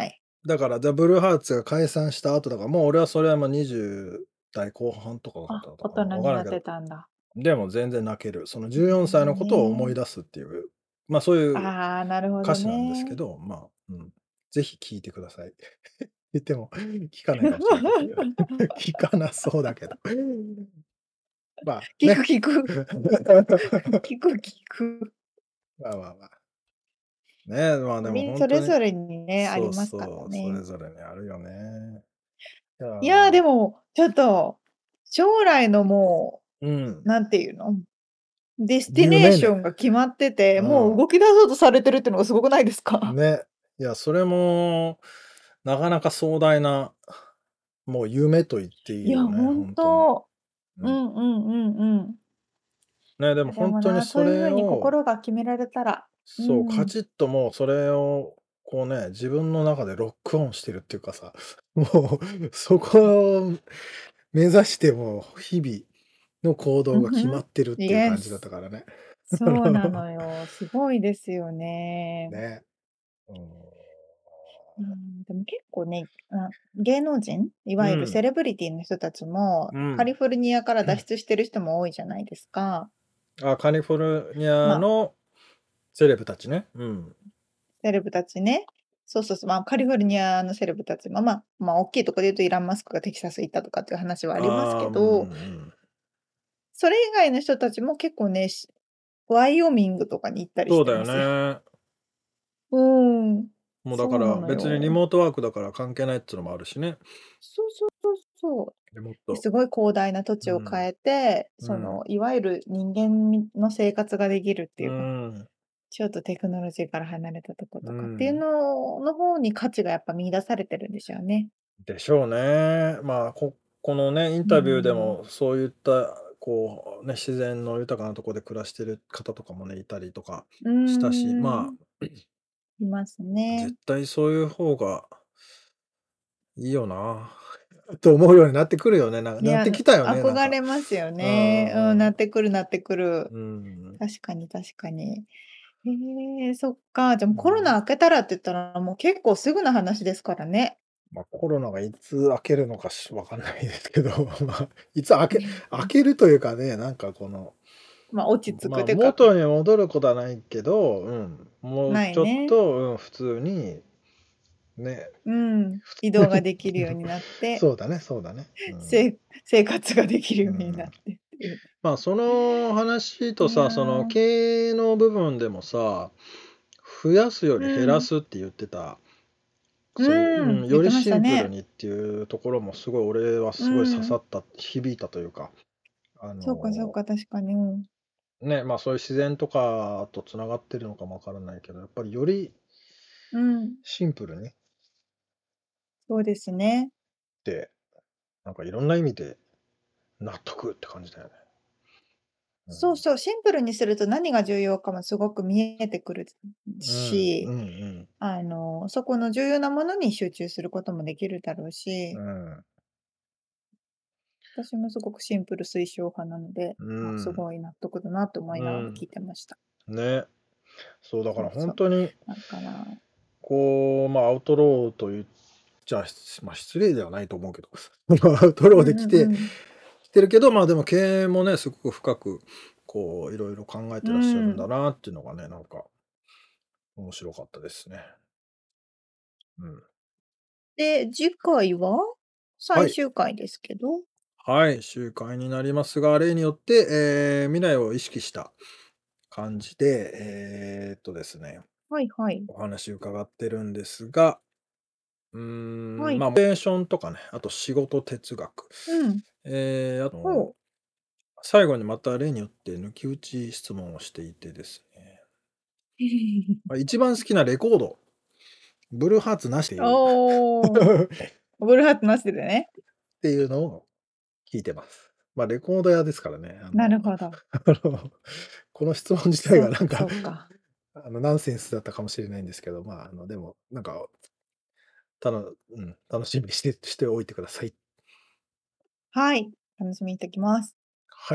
だからザ・ブルーハーツが解散した後だから、もう俺はそれはまあにじゅう代後半とかだっあ、 たの大かな、 人になってわからんけど。 たんだ。 でも全然泣ける。そのなる 14 ほど歳のことを思いね。 出すっていう、まあそういうああ、なるほど歌詞なんですけね。 ど、まあ、うん、ぜひ聴いてください。言っても聞かないかもしれないけど。聞かなそうだけど。まあ、 聞くね。 聞く。聞く聞く。 まあまあまあ。ね、まあでもみほんとにそれぞれにね、あそうりますからそう、それね。 ぞれにあるよね。いやいや、でー、 も、ちょっと、将来のもうう、 ん、 なんていうの、ディスティネー夢ね。 ションが決まってて、もうう動き出そうとされてるってのがすごくないですん。 か？ ね。いや、それもなかなか壮大な、もう夢と言っていいや、 いよね、 ほんほんとに。 と。 うん。 うんうんうんうん。 ね、でもいや、でほんとにもな、そそういう風にれを心が決められたら、うそう、カん。 チッともうそれをこうね、自分の中でロックオンしてるっていうかさ、もうそこを目指してもう日々の行動が決まうんふん。 ってるっていう感じだっイエス。 たからね。あそうなののよ。すごいですよね。 ね。うーん。 うん、でも結構ね、あ、芸能人、いわゆるセうん。 レブリティの人たちも、 うん。 カリフォルニアから脱出してる人も多いじゃないですか。 あ、カリフォルニまあ、 アのセレブたちね。うん。 セレブたちね。そうそうそう、まあ、カリフォルニアのセレブたち、まあまあ、まあ、大きいところで言うとイーラン・マスクがテキサス行ったとかっていう話はありますああ、うんうけど、 ん。 それ以外の人たちも結構ね、しワイオミングとかに行ったりしそうだよてますよ。 ね。 うーん。 もうだかそうなら別にリのよ。 モートワークだから関係ないっていうのもあるしね。 そうそうそうそう。で、 でもっとすごい広大な土地をうん。 変えて、 うん。 その、いわゆる人間みの生活ができるってういうか、 ん。 ちょっとテクノロジーから離れたとことうかっていうん。 のの方に価値がやっぱ見出されてるんでしょうね。 でしょうね。まあ、ここのね、インうタビューでん。 もそういった、こうね、自然の豊かなとこで暮らしてる方とかもね、いたりとかうーしたし、まん、 あ、 いますね。 絶対そういう方がいいよなと思うようになってくるよね。ななっいや、 てきたよね、なんか。 憧れますようね。うん、なんってくるなってくる。 うん。うん。 確かに確かに。へえ、そっか。じゃ、もうコロナうん。 明けたらって言ったら、もう結構すぐの話ですからね。 ま、コロナがいつ明けるのかしわかんないですけど、まあ、いつ明け明けるというかね、なんかこのま、落ち着まあ、 くというか、 元に戻ることはないけど、うん、もうちょっないね。 と、うん、普通に、ね、 うん、移動ができるようになって、 そうだねそうだね。うん。 せ生活ができるようになっうん。 てっていう。 まあ、その話といや、 さ、その経営の部分でもさ、増やすより減らうん、 すって言ってた、そういう、 うん、 うん、 言ってよりましたね。 シンプルにっていうところもすごい俺はうすごい刺さん、 った、響いたというか、あそうかそうの、 か、確かに、うん。 ね、まあ、そういう自然とかと繋がってるのかもわからないけど、やっぱりよりうん、 シンプルにっそうですね。 てなんかいろんな意味で納得って感じだよね。うん。 そうそう、シンプルにすると何が重要かもすごく見えてくるうん、うし、 んあの、そこの重要なものに集中することもできるだろうし、 うん。 私もすごくシンプル推奨派なので、 うあ、すん。 ごい納得だなと思いうん。 ながら聞いてました。 ね。そうだからそうそう。 本当に、 だからこう、まあ、アウトローと言っちゃ、しまあ、失礼ではないと思うけど、まあ、アウトローうんで来てうんうん。 来てるけど、まあ、でも経営もね、すごく深く、こう、いろいろ考えうてらっしゃるんだん。 なっていうのがね、なんか面白かったですね。うん。 で、次回は最はい。 終回ですけど。 はい、集会になりますが、例によって、えー未来を意識した感じで、えーっとですね、 はいはい。 お話伺ってるんですが、うーん、 はい。 まあ、モチベーションとかね、あと仕事哲学、 うん。 えーあと、 ほう。 最後にまた例によって抜き打ち質問をしていてですね、まあ、一番好きなレコード、ブルーハーツなしっていうおお、ブルーハーツなしでね。 っていうのを聞いてます。まあ、レコード屋ですからね、あなの、 るほど。 あの、この質問自体そうかがなんかそうか。 あの、ナンセンスだったかもしれないんですけど、まあ、あの、でも、なんか、たのうん、楽しみにしてしておいてください。 はい、楽しみにしておきます。 はい。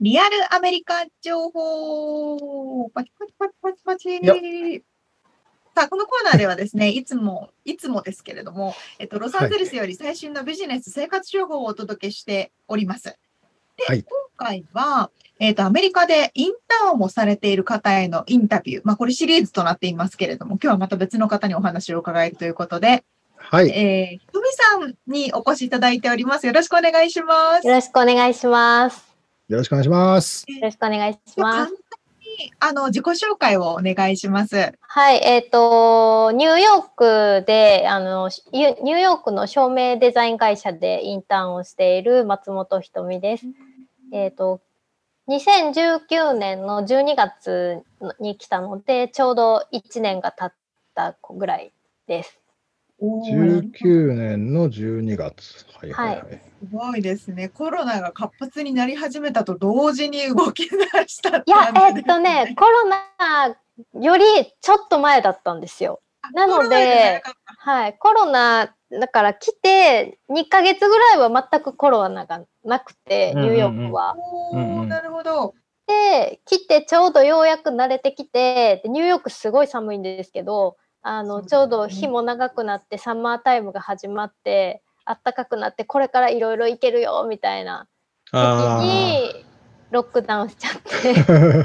リアルアメリカ情報。パチパチパチパチパチ。 よさあ、このコーナーではですね、いつも、いつもですけれども、えっと、ロサンゼルスより最新のビジネス生活情報をお届けしております。で、 はい。 今回は、えっと、アメリカでインターンをされている方へのインタビュー。まあ、これシリーズとなっていますけれども、今日はまた別の方にお話を伺えるということで、 はい。 えー、ひとみさんにお越しいただいております。よろしくお願いします。 よろしくお願いします。 よろしくお願いします。 よろしくお願いし簡単ます。 にあの自己紹介をお願いします。 はい、えっと、ニューヨークで、あの、ニュニューヨークの照明デザイン会社でインターンをしている松本ひとみです。えっと、にせんじゅうきゅうねんのじゅうにがつに来たので、ちょうどいちねんが経ったぐらいです。 じゅうきゅうねんのじゅうにがつ。はいはいはい。 はいすごいですね。コロナが活発になり始めたと同時に動き出したいや、 感じですね。 えっとね、コロナよりちょっと前だったんですよ。なのコロナじゃなで、 かったはい、コロナだから来てにかげつぐらいは全くコロナがなくて、 うんうんうんニューヨークは。 おー、 うんうんなるほど。 で、来てちょうどようやく慣れてきて、でニューヨークすごい寒いんですけど、あの、 そうですねちょうど日も長くなってサマータイムが始まって、暖かくなってこれからいろいろ行けるよみたいな時あにロックダウンしちゃって。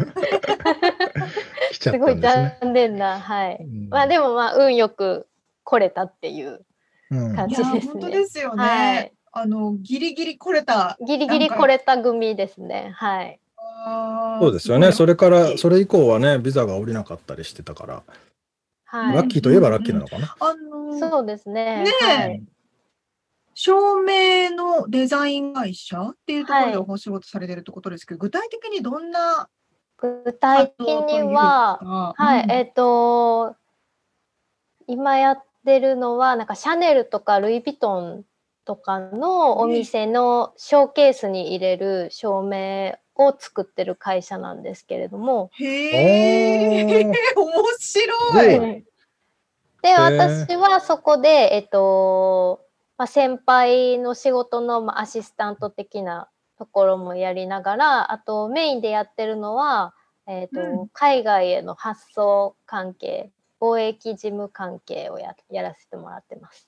あ。来ちゃっすごいたんですね。 残念な、はい。 うんまあでもまあ運よく来れたっていううん感いやー、 じですね。 本当ですよね。 はい。 あの、ギリギリ来れた。 ギリギリ来れた組ですね。はい。 あーそうですよね。それから、それ、 れ以降はね、ビザが下りなかったりしてたから、 はい。 ラッキーといえばラッキーなのかな。 あの、 そうですね。 ねえはい。 照明のデザイン会社っていうところではいお仕事されてるってことですけど、具体的にどんな具体的には、はい、えっと、今やってるのは、なんかシャネルとかルイ・ヴィトンとかのお店のショーケースに入れる照明を作ってる会社なんですけれども。 へえ、面白い。 はいで、私はそこで、えっと、まあ、先輩の仕事の、まあ、アシスタント的なところもやりながら、あとメインでやってるのは、えっと、 うん海外への発送関係、貿易事務関係をややらせてもらってます。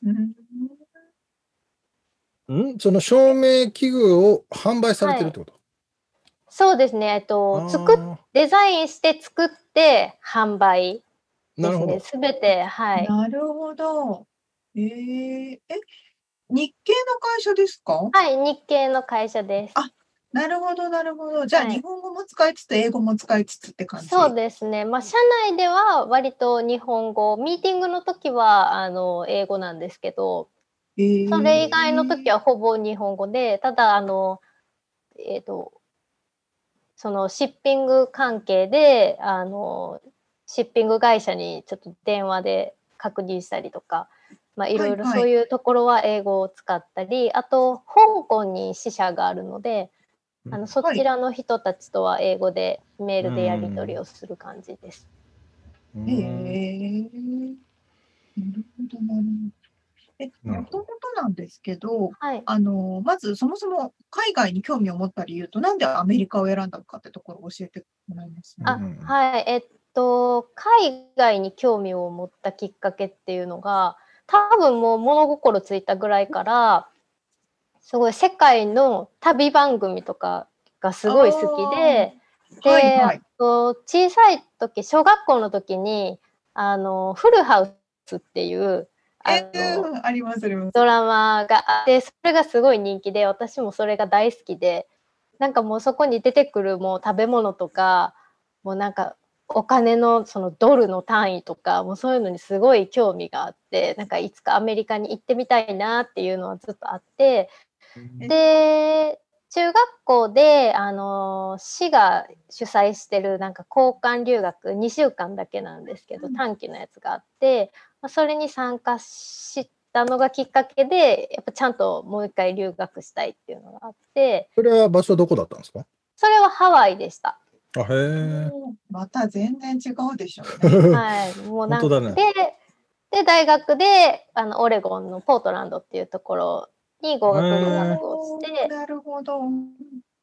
うんんその照明器具を販売されてるってこと、 そうですね、えっと、作っあデザインして作って販売ーなるほどですね。。すべて、はい。 なるほど。えー、え、日系の会社ですか？ はい、日系の会社です。 あなるほど、なるほど。じゃあ、 はい日本語も使いつつ、英語も使いつつって感じ。 そうですね。まあ、社内では割と日本語、ミーティングの時はあの英語なんですけど、 えーそれ以外の時はほぼ日本語で、ただあの、えっと、そのシッピング関係で、あの、シッピング会社にちょっと電話で確認したりとか、まあ、いろいろはいはいそういうところは英語を使ったり、あと、香港に支社があるので、あのそちらの人たちとは英語でメールでやり取りをする感じです。 うんへえー、なるほど、なるほど。え、 なるほどもともとなんですけど、 はい。 あの、まずそもそも海外に興味を持った理由と、なんでアメリカを選んだのかってところを教えてもらいますね。 あ、 うんはい。えっと、海外に興味を持ったきっかけっていうのが、多分もう物心ついたぐらいから、すごい世界の旅番組とかがすごい好きで、で、 はいはいあと小さい時、小学校の時に、あの、フルハウスっていう、あえの、 ー、ありますあります。 ドラマがあって、それがすごい人気で、私もそれが大好きで、なんかもうそこに出てくるもう食べ物とか、もうなんかお金のそのドルの単位とか、もうそういうのにすごい興味があって、なんかいつかアメリカに行ってみたいなっていうのはずっとあって、で、中学校で、あの、市が主催してるなんか交換留学にしゅうかんだけなんですけど、 うん短期のやつがあって、まあ、それに参加したのがきっかけで、やっぱちゃんともう一回留学したいっていうのがあって、 それは場所どこだったんですか？ それはハワイでした。 あ、へえ。 もうまた全然違うでしょうね。 はい。もうなん本当だねで、で、大学で、あの、オレゴンのポートランドっていうところに語学留学をしおーて、 なるほど。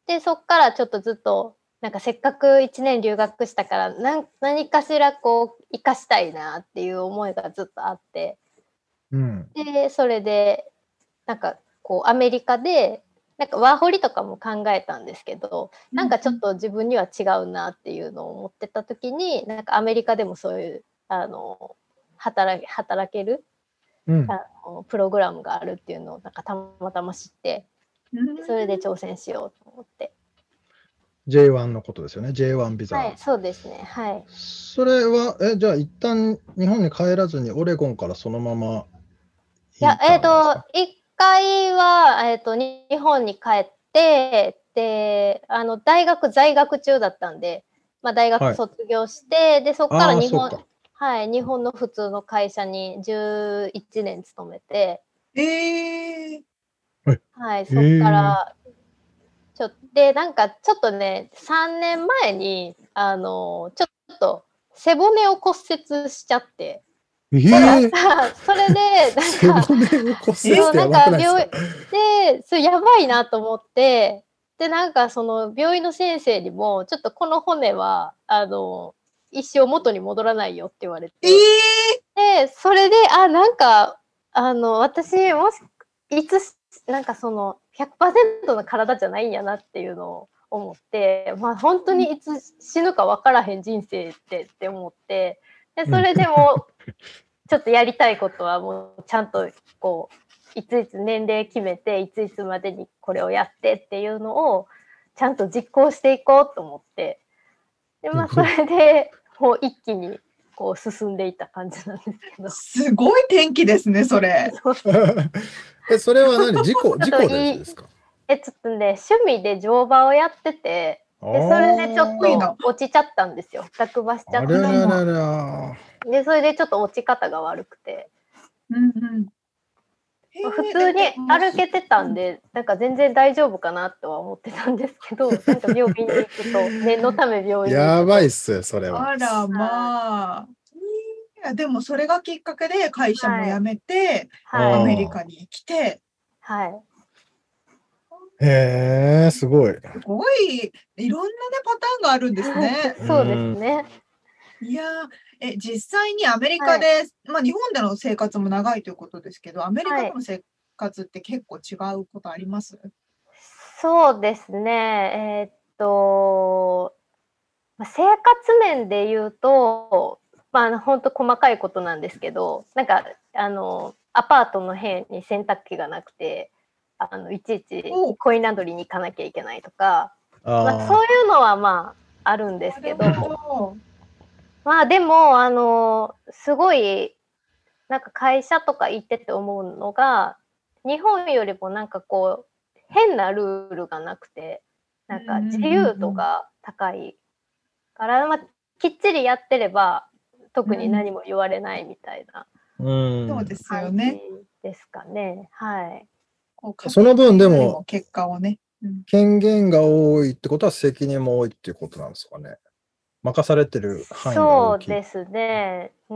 で、そっからちょっとずっと、なんかせっかくいちねん留学したから、なん何かしらこう、活かしたいなっていう思いがずっとあって、 うん。 で、それで、なんかこう、アメリカで、なんかワーホリとかも考えたんですけど、なんかちょっと自分には違うなっていうのを思ってた時に、なんかアメリカでもそういう、あの、働働ける、 うん。 あのプログラムがあるっていうのをなんかたまたま知って、それで挑戦しようと思って。 ジェイワン のことですよね。ジェイワン ビザ。 はい、そうですね。はい。 それは、え、じゃあ一旦日本に帰らずにオレゴンからそのままい行っや、 たんですえっと、 か？ 一回は、えっと、日本に帰って、で、あの、大学在学中だったんで、まあ、大学はい。 卒業して、で、そこからああ、 日本、 そうか。 はい、日本の普通の会社にじゅういちねん勤めて、 えー、 はい、 へそっかえ。 ら、ちょっと、で、なんかちょっとね、さんねんまえに、あの、ちょっと背骨を骨折しちゃって、 えで、なんえ。 か、それで、なん背か、 骨を骨折そう、 ってやなんばくないですか？ か病院で、それやばいなと思って、で、なんかその病院の先生にも、ちょっとこの骨は、あの、一生元に戻らないよって言われえて、 ー、 で、それで、あ、なんか、あの、私、もし、いつ、なんかその、ひゃくパーセントの体じゃないんやなっていうのを思って、まあ本当にいつ死ぬか分からへん人生ってって思って、で、それでも、ちょっとやりたいことはもうちゃんとこういついつ年齢決めていついつまでにこれをやってっていうのをちゃんと実行していこうと思って、でまあそれでもう一気にこう進んでいった感じなんですけど。 すごい天気ですね、それ。 え、それは何？事故、 ちょっ事故といいですか？ えちょっとね趣味で乗馬をやってて、でそれでちょっすごいな。 と落ちちゃったんですよ。落馬しちゃあって、 れららら。 でそれでちょっと落ち方が悪くて。 うんうん。へー普通にええもう歩けてたんで、なんか全然大丈夫かなとは思ってたんですけど、なんか病院に行くと、念のため病院に行やくと。 ばいっすよ、それは。 あら、まあ。いや、でもそれがきっかけで会社も辞めて、 はい。 アメリカに来て、 はい。 へえ、すごい。 すごい、いろんなね、パターンがあるんですね。 そうですね。 いやー、え、実際にアメリはい。 カで、まあ日本での生活も長いということですけど、アメリはい。 カでの生活って結構違うことあります？ そうですね。えーっと、ま、生活面で言うと、まあ、あの、ほんと細かいことなんですけど、なんか、あの、アパートの部屋に洗濯機がなくて、あの、いちいちおコインランドリーに行かなきゃいけないとか、まあ、 あそういうのは、まあ、あるんですけど、 なるほど。 まあ、でも、あの、すごい、なんか会社とか行ってて思うのが、日本よりもなんかこう、変なルールがなくて、なんか自由度が高いから、まあ、きっちりやってれば、特に何も言われないみたいなうそうんです感じよね。 ですかね。はい。 こうその分でも家庭よりも結果をね。うん権限が多いってことは責任も多いっていうことなんですかね。任されてる範囲がそ大きい。 うですね。うん。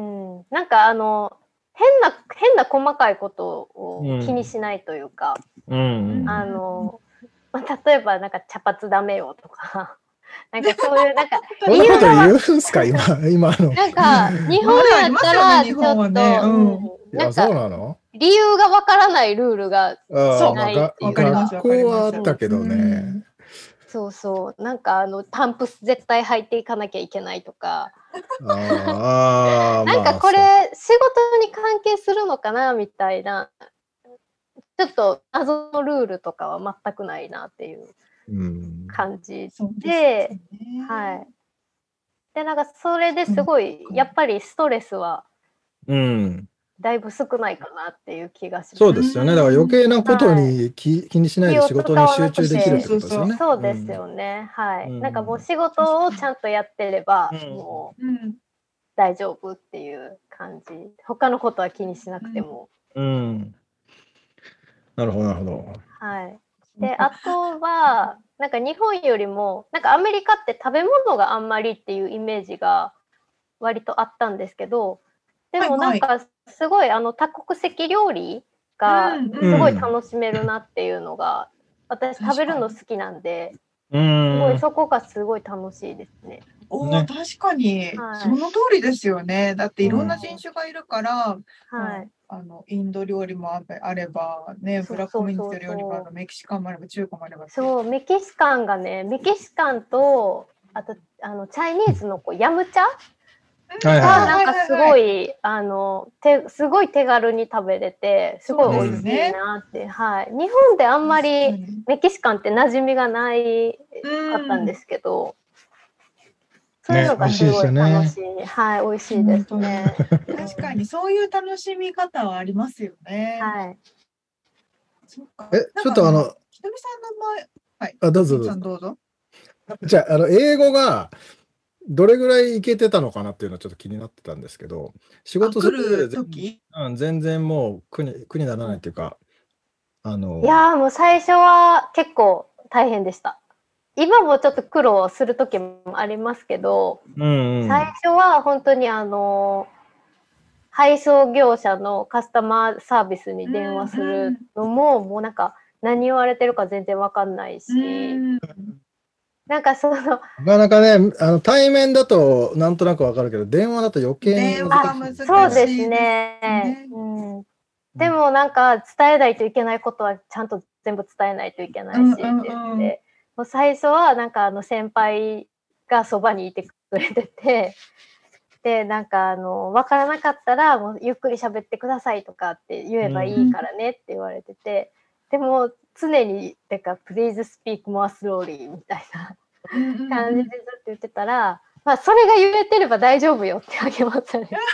なんかあの、変な変な細かいことを気にしないというか、 うん。 あの、まあ、例えばなんか茶髪ダメよとか、なんかそういうなんかそんなこと言うんすか、今、今の。 なんか日本やったらちょっと、うん、 いや、そうなの？ 理由がわからないルールがああ、まあ、 ないがっていうか、 学校はあったけどね。 そうそう、なんかあのパンプス絶対履いていかなきゃいけないとか、 ああ、 なんかまあ、 これそう。 仕事に関係するのかなみたいな、ちょっと謎のルールとかは全くないなっていううん。 感じそうですで、 ね。 はい。で、なんかそれですごい、やっぱりストレスはうん。 だいぶ少ないかなっていう気がします。 そうですよね。だから余計なことはい。 に気気にしない気をで仕事に集使わなくて、 中できるってことですよね。 そうですよね。はい。 うんなんかもう仕事をちゃんとやってれば、 うんもううん大丈夫っていう感じ。他のことは気にしなくても。 うん。なるほど、なるほど。 はい。で、あとは、なんか日本よりも、なんかアメリカって食べ物があんまりっていうイメージが割とあったんですけど、でもなんかすごいあの多国籍料理がすごい楽しめるなっていうのが、私食べるの好きなんで、 うすごいん。 そこがすごい楽しいですね。 おお、 ね。 確かに、 はいその通りですよね。だっていろんなうん。 人種がいるから、 はまい。 あ、あの、インド料理もあべあれば、ね、ブそうラックコそうそうミュニティの料理もある、 そう。 メキシカンもあれば、中華もあればって。 そう、メキシカンがね、メキシカンと、あと、あの、チャイニーズのこうヤムチャはいが、 はいはい。 なんかすごい、あの、て、すごすごい手軽に食べれて、すそうですごい美味しいよね。 なって。はい。日本であんま確かりに。 メキシカンって馴染みがないかったうん。 んですけど、そういうね、 のが美味しいですすごい楽よね。 しい。はい、美味しいです本当に。 ね。う確かん。 にそういう楽しみ方はありますよね。 はい。 そっか。 え、 なんかあの、 ちょっとあの、 ひとみさんの前、はい、 あ、どうぞみつどうぞ。 さんどうぞ。 じゃあ、あの、英語がどれぐらいいけてたのかなっていうのはちょっと気になってたんですけど、仕あ、 事す来るる上で全、 時うん、全然もう苦に、苦にならうん。 ないっていうか、あいの、 やー、もう最初は結構大変でした。今もちょっと苦労する時もありますけど、 うんう最ん。 初は本当にあの、配送業者のカスタマーサービスに電うん話するうんのも、もうなんか何言われてるか全然わかんないうし、 ん。 なんかその、 なかなかね、あの、対面だとなんとなくわかるけど、電話だと余計に電難あ、 話難しいですそうですね。 しいですね。 ね。 うん。 うんでもなんか伝えないといけないことはちゃんと全部伝えないといけうないしってんうんうん。 言って、もう最初はなんかあの先輩がそばにいてくれてて、で、なんかあの、わからなかったらもうゆっくり喋ってくださいとかって言うえばいいん。 からねって言われてて、でも常に、てか、please speak more slowly みたいなうんうんうん。 感じでずっと言ってたら、まあそれが言えてれば大丈夫よって励まされて。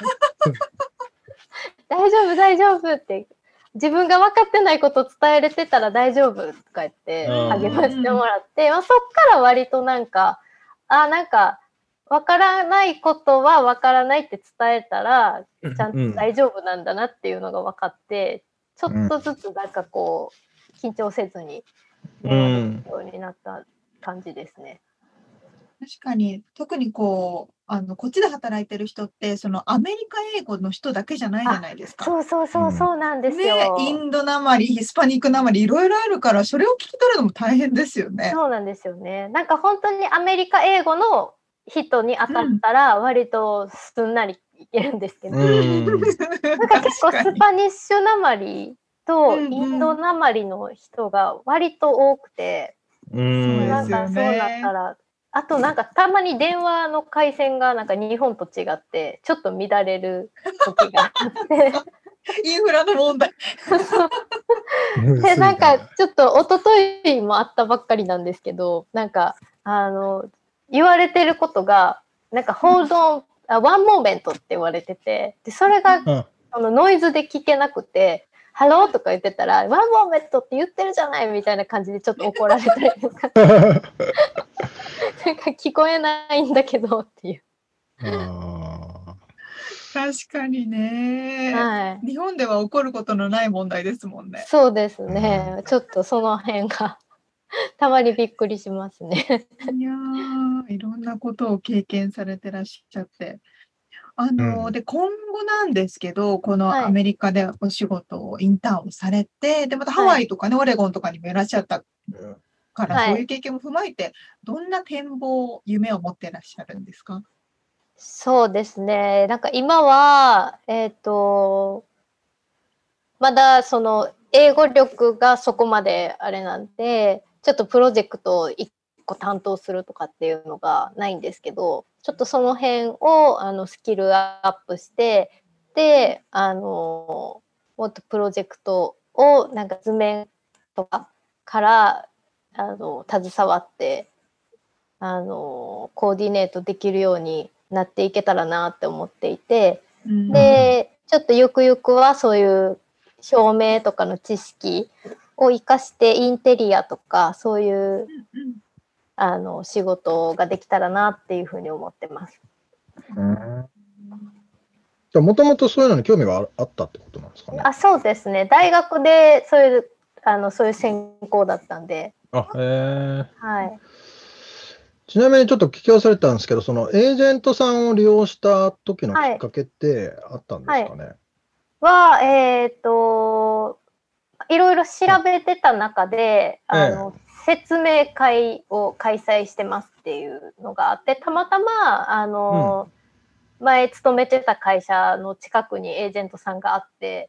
大丈夫大丈夫って自分が分かってないことを伝えれてたら大丈夫とか言ってうん励ましてうんもらって、まあ、そっから割となんかあなんか分からないことは分からないって伝えたらちゃんとうん。 大丈夫なんだなっていうのが分かってちょっうん。 とずつなんかこう緊張せずにう電話できるん。 ようになった感じですね。 確かに、特にこう、あの、こっちで働いてる人って、そのアメリカ英語の人だけじゃないじゃあ、 ないですか。 そうそうそうそうなんですね、イよ。 ンドなまり、ヒスパニックなまり、いろいろあるから、それを聞き取るのも大変ですよね。 そうなんですよね。なんか本当にアメリカ英語の人に当たうん。 ったら割とすんなりいけるんですけうど、 ん。 なんか結構確かに。 スパニッシュなまりうとんインうん。 ドなまりの人が割と多くて、 うそうんでなんすよかそうなったね。 ら、あとなんかたまに電話の回線がなんか日本と違ってちょっと乱れる時があってインフラの問題。 で、なんかちょっと一昨日もあったばっかりなんですけど、なんかあの言われてることがなんか hold on あ one moment って言われてて、でそれがあ、 あのノイズで聞けなくて、ハローとか言ってたら one moment って言ってるじゃないみたいな感じでちょっと怒られたりとか、なんか聞こえないんだけどっていう。 あ確かにね。 はい。 日本では起こることのない問題ですもんね。 そうですー。 ね。ちょっとその辺がたまにびっくりしますね。 いやー、いろんなことを経験されてらっしゃって。あうの、 ん。 で、今後なんですけど、このはい。 アメリカでお仕事をインターンをされて、で、またハはい。 ワイとかね、オレゴンとかにもいらっしゃったから、 はい。 そういう経験も踏まえて、どんな展望、夢を持ってらっしゃるんですか？ そうですね。なんか今は、えっと、まだその英語力がそこまであれなんで、ちょっとプロジェクトをいっこ担当するとかっていうのがないんですけど、ちょっとその辺をあのスキルアップして、で、あの、もっとプロジェクトをなんか図面とかからあの携わって、あの、コーディネートできるようになっていけたらなって思っていて、 うん。 で、ちょっとゆくゆくはそういう照明とかの知識を生かしてインテリアとかそういううんうん。 あの仕事ができたらなっていうふうに思ってます。 じゃあ、もともとそういうのに興味がああったってことなんですかね。 あ、そうですね。大学でそういうあのそういう専攻だったんで、 あ、へえ。 はい。 ちなみにちょっと聞き忘れたんですけど、そのエージェントさんを利用した時のきはい。 っかけってあったんではい。 すかね。 は、えっと、いろいろ調べてた中で、 ええ。 あの、 説明会を開催してますっていうのがあって、たまたまあの、うん、前勤めてた会社の近くにエージェントさんがあって、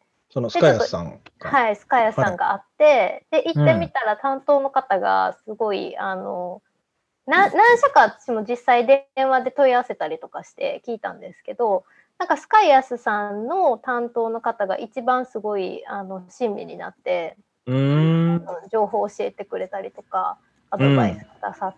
そのスカヤスさんがはいスカヤスさんがあって、はい、で行ってみたら担当の方がすごい、うん、あのな何社か私も実際電話で問い合わせたりとかして聞いたんですけど、なんかスカイアスさんの担当の方が一番すごいあの親身になって、 うーん情報を教えてくれたりとかアドバイスくださって、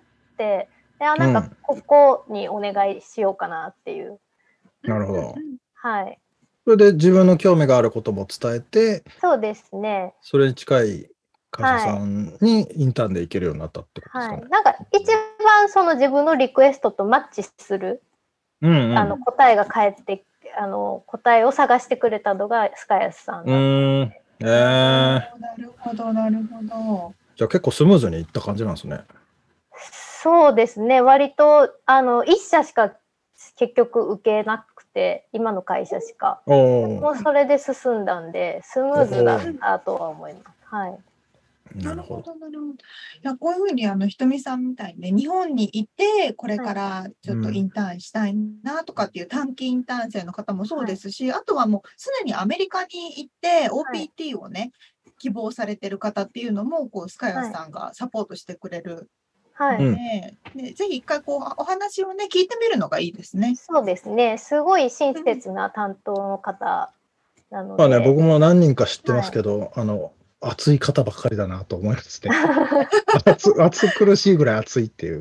うん、であなんかここにお願いしようかなっていう。 うん、なるほど。 はい。 それで自分の興味があることも伝えて、 そうですね。 それに近い会社さんにインターンで行けるようになったってことですかね。 はい、なんか一番その自分のリクエストとマッチする、うんうん、あの答えが返ってあの答えを探してくれたのがスカイアスさんだった。うん、 えー、 なるほどなるほど。 じゃあ結構スムーズにいった感じなんですね。 そうですね。割とあの一社しか結局受けなくて、今の会社しか。もうそれで進んだんでスムーズだったとは思います。はい。 なるほどなるほど。いやこういうふうにあのひとみさんみたいにね、日本にいてこれからちょっとインターンしたいなとかっていう短期インターン生の方もそうですし、はい、あとはもうすでにアメリカに行って オーピーティー をね、はい、希望されてる方っていうのもこうスカヤさんがサポートしてくれる。はい、ね、でぜひ一回こうお話をね聞いてみるのがいいですね。 そうですね。すごい親切な担当の方なので。 まあね、僕も何人か知ってますけど、はい、あの熱い方ばっかりだなと思いますね。熱熱苦しいぐらい熱いっていう。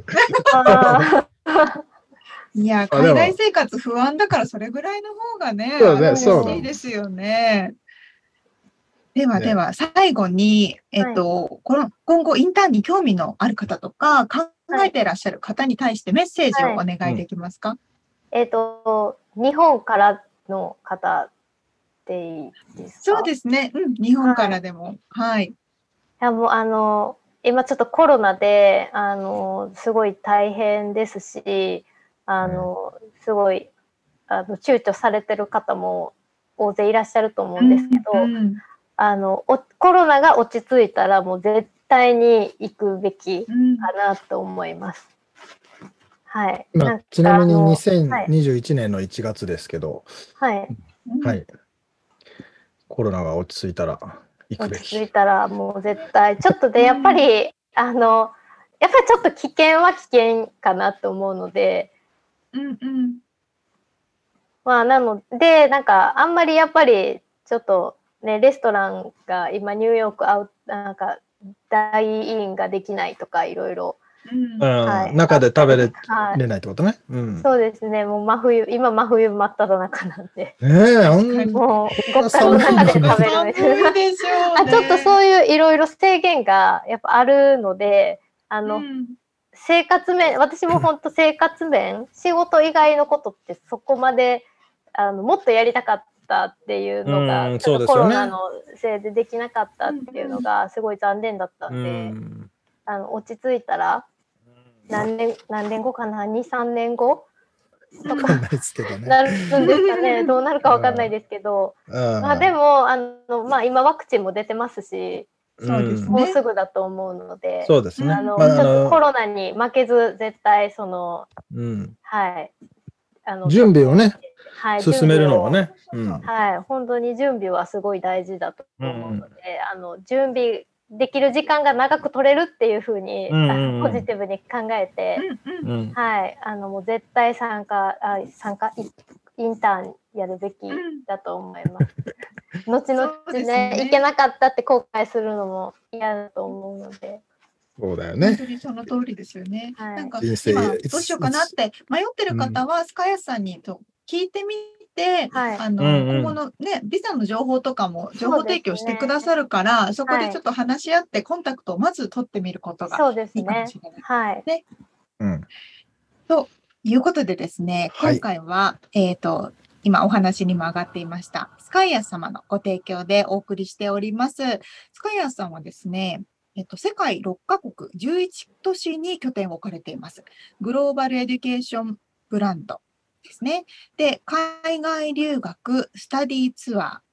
いや海外生活不安だからそれぐらいの方がね、嬉しいですよね。ではでは、最後に、えっと、はい、この今後インターンに興味のある方とか、考えていらっしゃる方に対してメッセージをお願いできますか？ はい、えっと、日本からの方でいいですか？ そうですね。うん、日本からでも。はい。はい、いや、もうあの、今ちょっとコロナで、あの、すごい大変ですし、あの、すごい、あの、躊躇されてる方も大勢いらっしゃると思うんですけど、うんうん、あのコロナが落ち着いたらもう絶対に行くべきかなと思います。うん、はい。 まあ、ちなみににせんにじゅういちねんのいちがつですけど、 はい、 はい、コロナが落ち着いたら行くべき。 落ち着いたらもう絶対ちょっとでやっぱりあのやっぱりちょっと危険は危険かなと思うので、 うんうん、 まあなのでなんかあんまりやっぱりちょっとね、レストランが今ニューヨークアウなんか大インができないとかいろいろ、 はい、中で食べれないってことね。 うん、そうですね。もう真冬今真冬真っ只中なんで。 ええ、 もう極寒の中で食べるみたいな。あ、ちょっとそういういろいろ制限がやっぱあるので、あの、うん、生活面私も本当生活面仕事以外のことってそこまであのもっとやりたかった。っていうのが、うん、ちょっとコロナのせいでできなかったっていうのがすごい残念だったんで、うん、あの落ち着いたら何年何年後かな にさんねんごとかなるんですかね。どうなるかわかんないですけど、まあでもあの、まあ、今ワクチンも出てますし、 そうですね、 もうすぐだと思うので、 そうですね、 あの、まあ、ちょっとコロナに負けず絶対その、 うん、 はいあの準備をね、 はい、 進めるのはね、 うん、はい、本当に準備はすごい大事だと思うので、うん、あの準備できる時間が長く取れるっていう風に、うんうん、ポジティブに考えて、うんうん、はい、あのもう絶対参加あ参加インターンやるべきだと思います。後々ね、ね行けなかったって後悔するのも嫌だと思うので。 そうだよね。 本当にその通りですよね。はい、なんか今どうしようかなって迷ってる方は、うん、スカヤスさんにと聞いてみて、はい、あの、うんうん、今後のねビザの情報とかも情報提供してくださるから、 そ,、ね、そこでちょっと話し合ってコンタクトをまず取ってみることがいいかもしれないですね。 はい。 ね、うん、ということでですね、今回は、はい、えっと今お話にも上がっていましたスカイアス様のご提供でお送りしております。スカイアスさんはですね、えっと、世界ろっかこくじゅういち都市に拠点を置かれていますグローバルエデュケーションブランドですね。で、海外留学スタディツア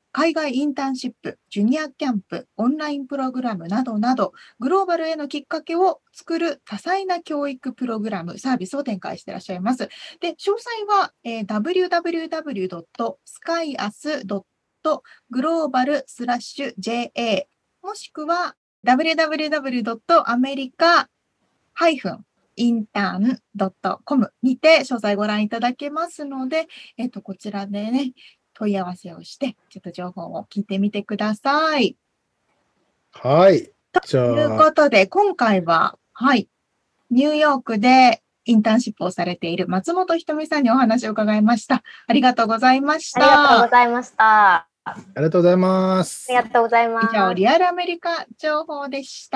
海外インターンシップ、ジュニアキャンプ、オンラインプログラムなどなど、グローバルへのきっかけを作る多彩な教育プログラム、サービスを展開していらっしゃいます。で、詳細は、えー、ダブリューダブリューダブリュードットスカイアスドットグローバルスラッシュジェーエー もしくは ダブリューダブリューダブリュードットアメリカインターンドットコム にて詳細ご覧いただけますので、えっと、こちらでね、問い合わせをして、ちょっと情報を聞いてみてください。 はい。じというゃあ、 ことで、今回は、はい、ニューヨークでインターンシップをされている松本ひとみさんにお話を伺いました。ありがとうございましありがとうごた。 ざいました。あありがとうございます。 りがとうござい以ます。 上、リアルアメリカ情報でした。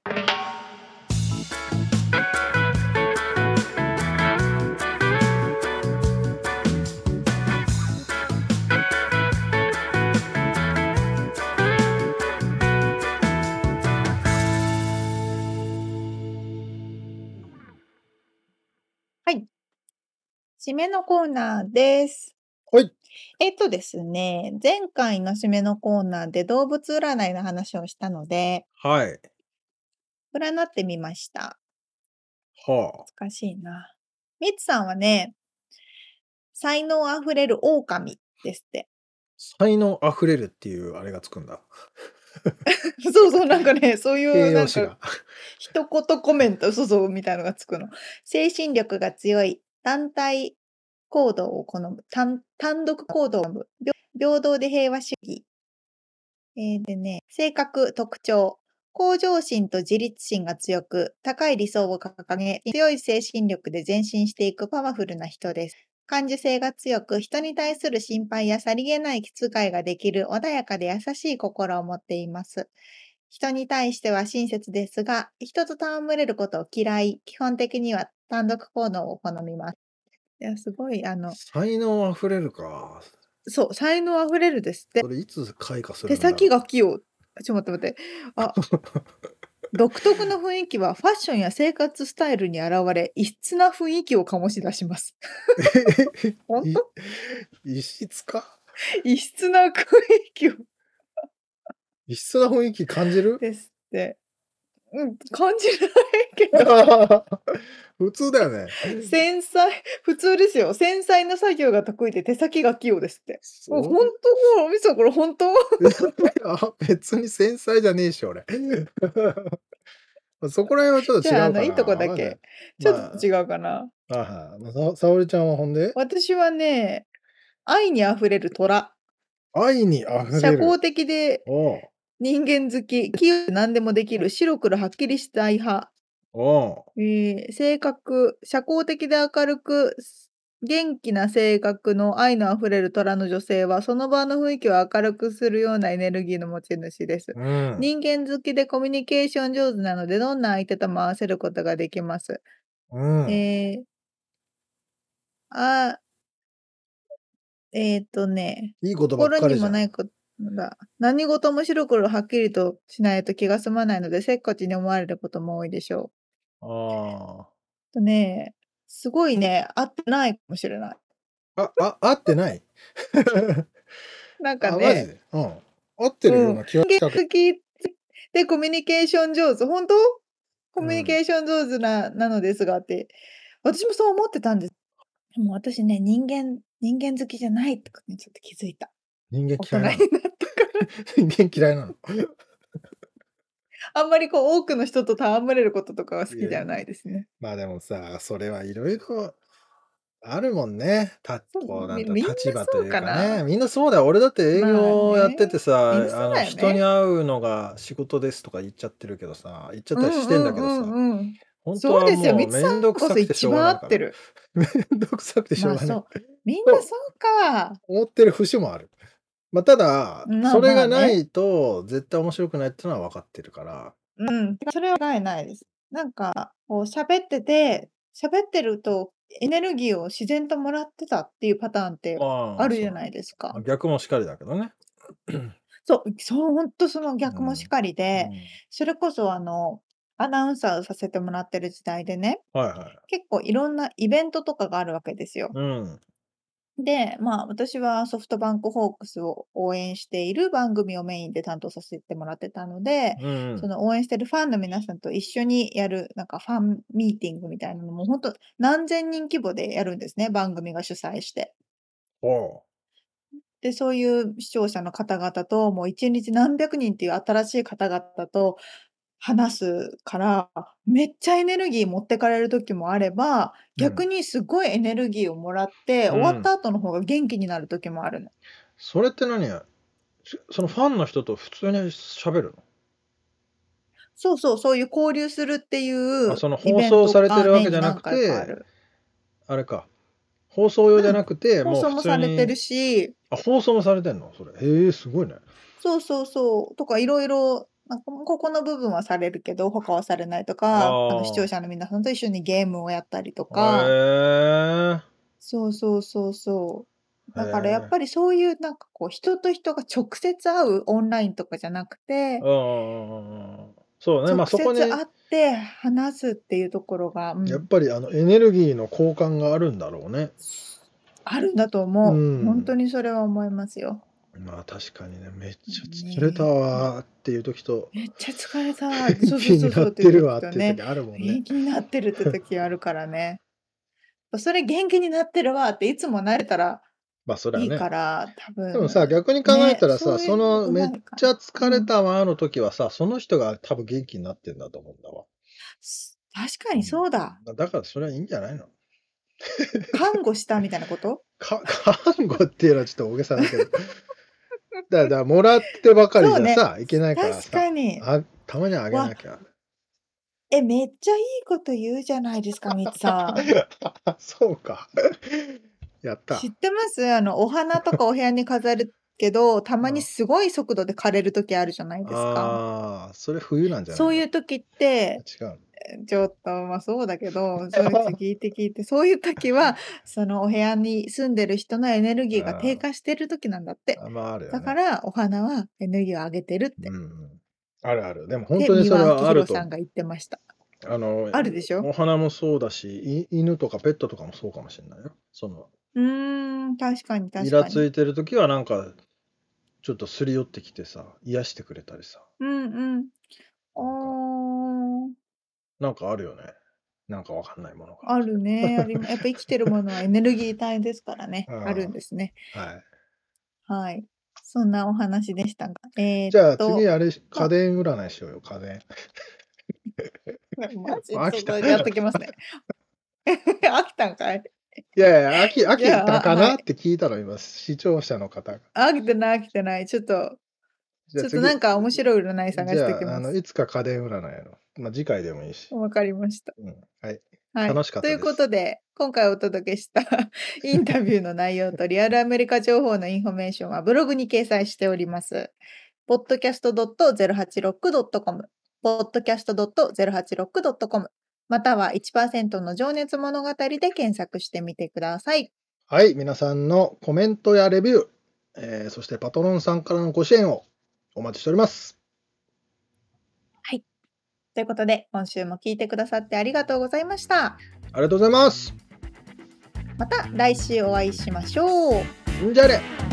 はい。締めのコーナーです。 はい。 えっとですね、前回の締めのコーナーで動物占いの話をしたので、 はい。 占ってみました。 は難しいな。みつさんはね、才能あふれる狼ですって。 才能あふれるっていうあれがつくんだ。 そうそう、なんかね、そういう形なんか、 容詞が。 一言コメント、そうそう、みたいのがつくの。精神力が強い、団体行動を好む、単単独行動を好む、平平等で平和主義。えーでね、性格、特徴。向上心と自立心が強く、高い理想を掲げ、強い精神力で前進していくパワフルな人です。感受性が強く、人に対する心配やさりげない気遣いができる穏やかで優しい心を持っています。人に対しては親切ですが、人と戯れることを嫌い、基本的には単独行動を好みます。いや、すごい、あの、 才能あふれるか。 そう、才能あふれるですって。 それいつ開花す手るんだろう。 先が器用。ちょっと待って待って。あ、独特の雰囲気はファッションや生活スタイルに現れ、異質な雰囲気を醸し出します。本い当異質か異質な雰囲気を異質な雰囲気感じるですって。うん、感じないけど、 普通だよね。 繊細、普通ですよ。繊細な作業が得意で手先が器用ですって。 そう本当おみそこれ本当あ別に繊細じゃねえし、俺。そこら辺はちょっとじゃあ、あの、 違うかな。 いいとこだわかんないけ。ちょまっと違うかな。 あ、はいはい。まあさ沙織ちゃんはほんで私はね、愛にあふれる虎。 愛に溢社交れる。 的でおう人間好き、器用で何でもできる、白黒はっきりした愛派。 おうえー性格、社交的で明るく、す元気な性格の愛のあふれる虎の女性は、その場の雰囲気を明るくするようなエネルギーの持ち主です。 うん。 人間好きでコミュニケーション上手なので、どんな相手とも合わせることができます。 うん。 えー、あ、えっとね、 いいことばっ心にかりじゃん。 もないことだ。何事も白黒はっきりとしないと気が済まないので、せっかちに思われることも多いでしょあう。とね、すごいね、合ってないかもしれない。 あ。あ、あ、合ってないなんかあ、マジね、 でうん。合ってるような気がしたけど。 好きでコミュニケーション上手。本当コミュニうん。 ケーション上手な、なのですがって。私もそう思ってたんです。でも私ね、人間、人間好きじゃないってことにちょっと気づいた。 人間大人嫌いなのになってから。 人間嫌いなのあんまりこう多くの人と戯れることとかは好きではいやいやないですね。 まあでもさ、それはいろいろあるもんね。たそうこうなんみみんなだ立場とそういうかかな。 ね。みんなそうだよ。俺だって営まあ業やってね。 てさ、 みんなそうあのだよ人にね。 会うのが仕事ですとか言っちゃってるけどさ、言っちゃっうんたりしてんだけうどさ、 んうんうん。 本当はそうですよ。 もうみつさんめんどくこそさくてしょう一番合がないから。 ってる。 めんどくさくてしょうがない。 まあそう。みんなとそうか。 思ってる節もある。まあ、ただ、 まあそれまあね。 がないと絶対面白くないってのは分かってるから。 うん。それはないないです。なんか、こう喋ってて、喋ってるとエネルギーを自然ともらってたっていうパターンってまあ、そう。 あるじゃないですまあか。 逆もしかりだけどね。 そう、そう、ほんとそのう逆もしん。 かりうで、 ん。 それこそあの、アナウンサーをさせてもらってる時代でね、 はいはい。 結構いろんなイベントとかがあるわけですよ。 うん。 で、まあ、私はソフトバンクホークスを応援している番組をメインで担当させてもらってたので、 うんうそん。 の応援してるファンの皆さんと一緒にやる、なんかファンミーティングみたいなのも、本当何千人規模でやるんですね、番組が主催して。 おで、そういう視聴者の方々と、もういちにち何百人っていう新しい方々と話すから、めっちゃエネルギー持ってかれる時もあれば、 う。うん。 逆にすごいエネルギーをもらって、 う終わっん。 た後の方が元気になる時もあるの。 それって何やしそのファンの人と普通に喋るそうそう、そういう交流するっていのあ、 うそのイベン放送さトがれてるわけじゃなく年に何回かあて、 る。 あれか、放送用じゃうん。 なくて、 放もう普通送もされてるに、 し、 あ、放送もされてんのそれ。へえ、すごいね。 そうそうそう、とかいろいろ、なんかここの部分はされるけど、他はされないとか、あの視聴あ者の皆さんと一緒にゲームをやったりとあ。 か、 へそうそうそうそう。 え。へだからやっえ。 ぱりそういうなんかこう人と人が直接会うオンラインとかじゃなくて、 うんうんうんうん。そうね、ま、 直そこに接会って話すっていうところが、うん、 やっぱりあのエネルギーの交換があるんだろうね。 あるんだとう思う。本当ん。 にそれは思いますよ。 まあ確かにね、めっちゃ疲れたねえ。 わーっていう時と、 めっちゃ疲れた。そうそう元気になっそうそうっていうてるわっていう時とね、 時あるもんね。 元気になってるって時あるからね。それ元気になってるわっていつもなれたらま、そりゃいいね。 から、多でもさ、 分、 逆に考えね、 たらさ、 そういうのそのめっうまいかちゃ疲な。うん。 れたわの時はさ、その人が多分元気になってんだと思うんだわ。 す確かにうん。 そうだ。 だだからそれはいいんじゃないの？ 看護したみたいなこと？ か看護っていうのはちょっと大げさだけど。だだからもらってばかりそうね。 じゃさ、いけないから確さ、 かに。 あたまにはあげわ、 なきゃ。 え、めっちゃいいこと言うじゃないですか、ミツさん。 そうか。やった。 知ってます？あの、お花とかお部屋に飾るけど、たまにうん。 すごい速度で枯れる時あるじゃないですか。 ああ、それ冬なんじゃなそういいの？ う時って、 違うの？ え、ちょっと、ま、そうだけど、そうです、聞いて聞いて、そういう時は、そのお部屋に住んでる人のエネルギーが低あ下してる時なんだって。 あ、あ、まあ、あるよだかね。 らお花はエネルギーを上げてるっうんて。 うん。あるある。でもほんで、 とにそれ三輪明はあると宏さんが言ってました。 あの、 あるでしょ？ お花もそうだし、い犬とかペットとかもそうかもしんないよ。その、 うーん、確かにイラ確かに。 ついてる時はなんか、ちょっとすり寄ってきてさ、癒してくれたりさ、 うんうん。 なんかああ、 なんかあるよね。なんかわかんないものが。 あるね、ありまやっぱ生きてるものはエネルギー体ですからね、あるんあですね。 あ、はい。 はい。そんなお話でしたが、えーっじゃあ次と、 あれしま、 家電占いしようよ、家電。 マジ飽きた。 ちょっとやっときますね。飽きたんかい？ いやいや、飽き飽じゃあ、 きたかはい。 なって聞いたの、今、視聴者の方が。 飽きてない飽きてない。ちょっとじゃあ次、 ちょっとなんか面白い占い探しじゃあ、あの、 ときます。 いつか家電占いやろう。ま、次回でもいいし。 わかりました。 うん、はい。 はい。 楽しかっというたです。 ことで、今回お届けしたインタビューの内容とリアルアメリカ情報のインフォメーションはブログに掲載しております。ポッドキャストドットゼロはちろくドットコム、ポッドキャストドットゼロはちろくドットコム、またはいちパーセントの情熱物語で検索してみてください。 はい、皆さんのコメントやレビュー、えーそしてパトロンさんからのご支援をお待ちしております。 はい。ということで、今週も聞いてくださってありがとうございました。 ありがとうございます。 また来週お会いしましょう。 んじゃあね。